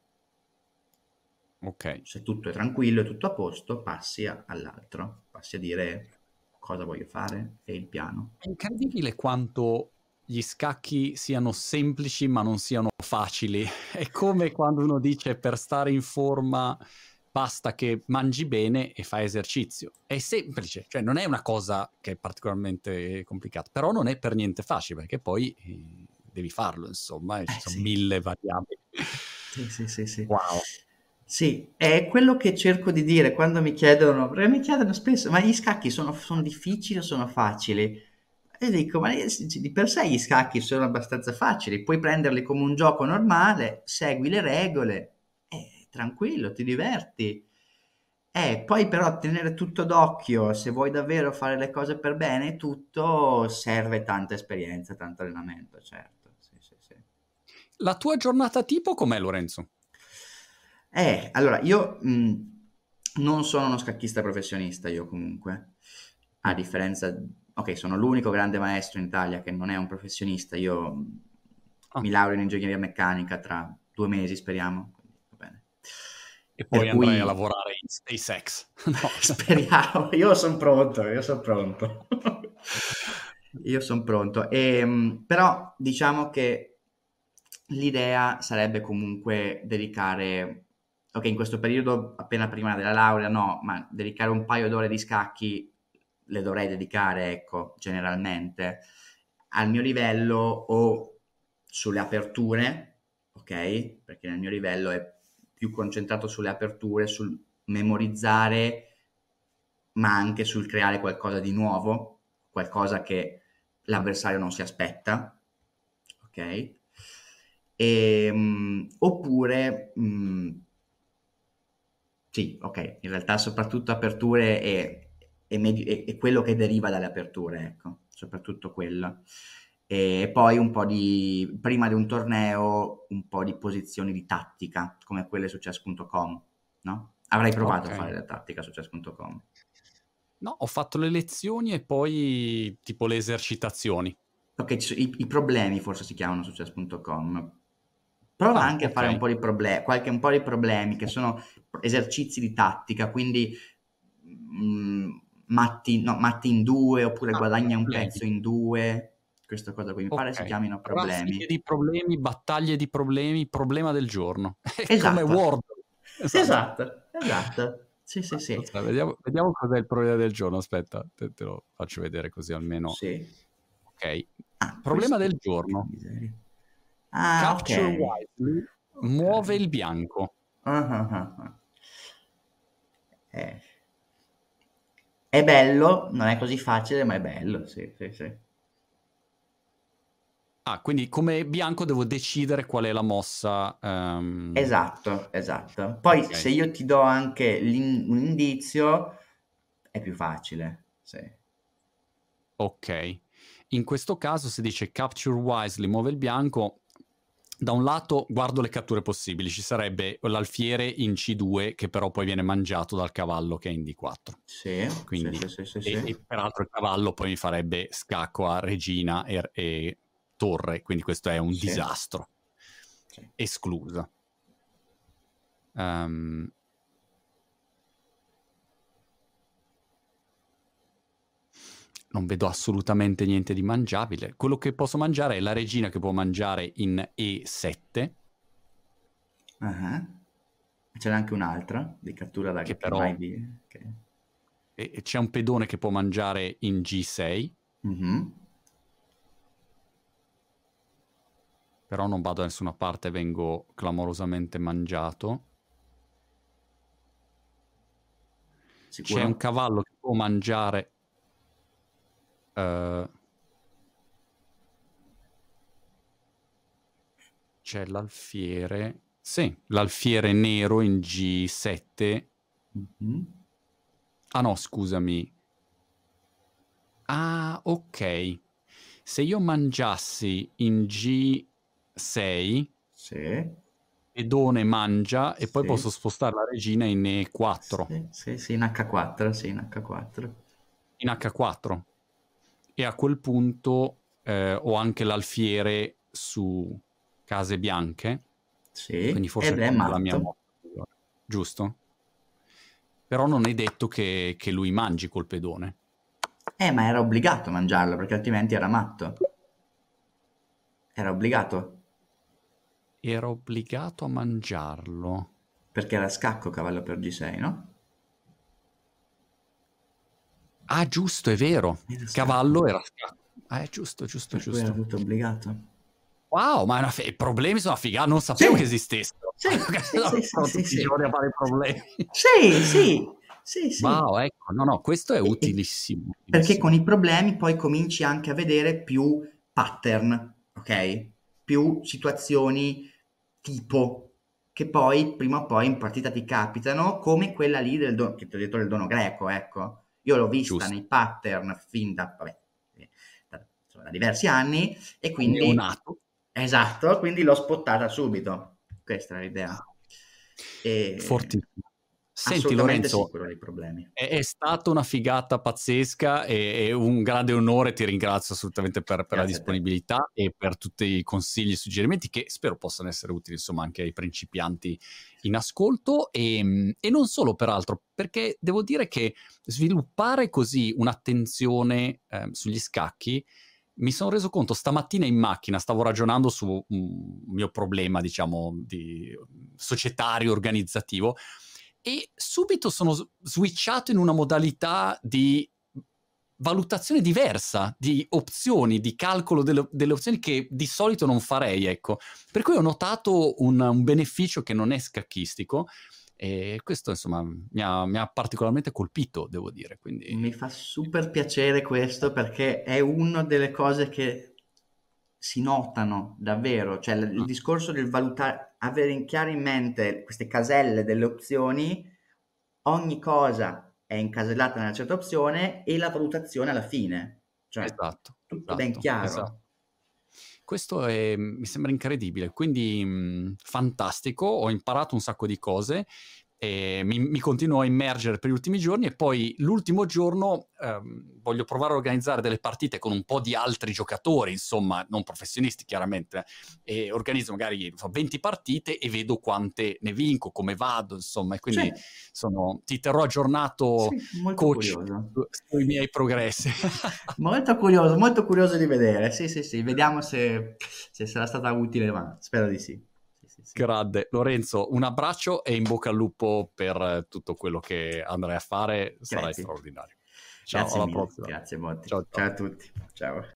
Ok. Se tutto è tranquillo e tutto a posto, passi all'altro, passi a dire cosa voglio fare e il piano. È incredibile quanto gli scacchi siano semplici ma non siano facili. È come quando uno dice per stare in forma basta che mangi bene e fai esercizio. È semplice, cioè non è una cosa che è particolarmente complicata, però non è per niente facile perché poi devi farlo, insomma, e ci sono Sì, 1000 variabili. sì, sì, sì, sì. Wow. Sì, è quello che cerco di dire quando mi chiedono, perché mi chiedono spesso, ma gli scacchi sono difficili o sono facili? E dico, ma di per sé gli scacchi sono abbastanza facili, puoi prenderli come un gioco normale, segui le regole, e tranquillo, ti diverti. Poi però tenere tutto d'occhio, se vuoi davvero fare le cose per bene, tutto serve tanta esperienza, tanto allenamento, certo. Sì, sì, sì. La tua giornata tipo com'è, Lorenzo? Allora io non sono uno scacchista professionista, io comunque, a Mm. differenza, ok, sono l'unico grande maestro in Italia che non è un professionista, io Ah, mi laureo in ingegneria meccanica tra 2 mesi, speriamo, quindi va bene. e Per poi andrai a cui lavorare in SpaceX. No. speriamo, io sono pronto, io sono pronto. Io sono pronto. Però diciamo che l'idea sarebbe comunque dedicare, ok, in questo periodo appena prima della laurea, no, ma dedicare un paio d'ore di scacchi le dovrei dedicare, ecco, generalmente al mio livello o sulle aperture, ok? Perché nel mio livello è più concentrato sulle aperture, sul memorizzare, ma anche sul creare qualcosa di nuovo, qualcosa che l'avversario non si aspetta, ok? Oppure, sì, ok, in realtà soprattutto aperture e quello che deriva dalle aperture, ecco, soprattutto quello. E poi un po' di, prima di un torneo, un po' di posizioni di tattica, come quelle su chess.com, no? Avrai provato a Ok. fare la tattica su chess.com? No, ho fatto le lezioni e poi tipo le esercitazioni. Ok, i problemi forse si chiamano su chess.com. Prova Ah, anche a ok. fare un po' di un po' di problemi che sono esercizi di tattica, quindi matti in due oppure Ah, guadagna un problemi. pezzo in due, questa cosa qui, mi pare si Ok. chiamino Raffiche problemi. di problemi, battaglie di problemi, problema del giorno. È come Esatto, Word. Esatto. esatto, esatto. Sì, sì, sì. Aspetta, vediamo cos'è il problema del giorno. Aspetta, te lo faccio vedere così almeno. Sì. Ok. Ah, Problema questo, del porca giorno. miseria. Ah, ok. Capture wisely, Ok. muove il bianco. Ah, ah, ah, ah. Eh, È bello, non è così facile, ma è bello, sì, sì, sì. Ah, quindi come bianco devo decidere qual è la mossa. Esatto, esatto. Poi se Ok. io ti do anche un indizio, è più facile, sì. Ok. In questo caso si dice capture wisely, muove il bianco. Da un lato guardo le catture possibili, ci sarebbe l'alfiere in C2 che però poi viene mangiato dal cavallo che è in D4. Sì, sì, Quindi, sì, sì, sì, e sì. peraltro il cavallo poi mi farebbe scacco a regina e torre, quindi questo è un Sì, disastro. sì. Esclusa. Ehm, non vedo assolutamente niente di mangiabile. Quello che posso mangiare è la regina che può mangiare in E7, Ah, ce n'è anche un'altra di cattura che che però mai vi... e c'è un pedone che può mangiare in G6, Mhm. però non vado da nessuna parte, vengo clamorosamente mangiato. C'è un Sicuro? cavallo che può mangiare... c'è l'alfiere... Sì, l'alfiere nero in G7. Mhm. Ah no, scusami. Ah, ok. Se io mangiassi in G6, Sì, pedone mangia e poi sì, posso spostare la regina in E4, sì, sì, sì, in H4, sì, in H4. in H4. E a quel punto ho anche l'alfiere su case bianche, quindi Sì, forse ed è questa è la mia matto. mossa migliore. Giusto? Però non è detto che lui mangi col pedone. Ma era obbligato a mangiarlo perché altrimenti era matto. Era obbligato Era obbligato a mangiarlo. perché era scacco cavallo per G6, no? Ah, giusto, è vero. Era scacco, Cavallo era scacco. Ah, è giusto, giusto, per cui era giusto. tutto obbligato. Wow, ma i problemi sono figati. Non Sì, sapevo che esistessero. sì, sì, sì, sì, Sono sì, tutti i sì. giorni a fare i problemi. Sì, sì, sì, sì. Wow, ecco, no, no, questo è E utilissimo, perché con utilissimo. i problemi poi cominci anche a vedere più pattern, ok? Più situazioni tipo che poi prima o poi in partita ti capitano, come quella lì che ti ho detto del dono greco, ecco. Io l'ho vista Giusto. nei pattern fin da, vabbè, insomma, da diversi anni e Da quindi, neonato. esatto, quindi l'ho spottata subito. Questa è l'idea. E Fortissimo. Senti assolutamente Lorenzo, sicuro dei problemi. è stata una figata pazzesca e un grande onore, ti ringrazio assolutamente per la Grazie a te. disponibilità e per tutti i consigli e suggerimenti che spero possano essere utili insomma anche ai principianti in ascolto e non solo peraltro, perché devo dire che sviluppare così un'attenzione sugli scacchi mi sono reso conto stamattina in macchina, stavo ragionando su un mio problema, diciamo, di societario, organizzativo, e subito sono switchato in una modalità di valutazione diversa, di opzioni, di calcolo delle opzioni che di solito non farei, ecco. Per cui ho notato un beneficio che non è scacchistico e questo, insomma, mi ha particolarmente colpito, devo dire, quindi... Mi fa super piacere questo perché è una delle cose che si notano davvero, cioè il discorso del valutare, avere in chiaro in mente queste caselle delle opzioni, ogni cosa è incasellata nella certa opzione e la valutazione alla fine, cioè Esatto, tutto ben esatto, esatto. chiaro. Questo mi sembra incredibile, quindi fantastico, ho imparato un sacco di cose e mi continuo a immergere per gli ultimi giorni, e poi l'ultimo giorno voglio provare a organizzare delle partite con un po' di altri giocatori, insomma, non professionisti chiaramente, e organizzo magari 20 partite e vedo quante ne vinco, come vado, insomma, e quindi Sì, ti terrò aggiornato, sì, molto coach, curioso. sui miei progressi. Molto curioso di vedere. Sì, sì, sì, vediamo se sarà stata utile, ma spero di sì. Sì, sì, sì. Grande. Lorenzo, un abbraccio e in bocca al lupo per tutto quello che andrai a fare, sarai Grazie. straordinario. Ciao, Grazie alla mille, prossima. grazie Motti. Ciao, Ciao ciao. a tutti. Ciao.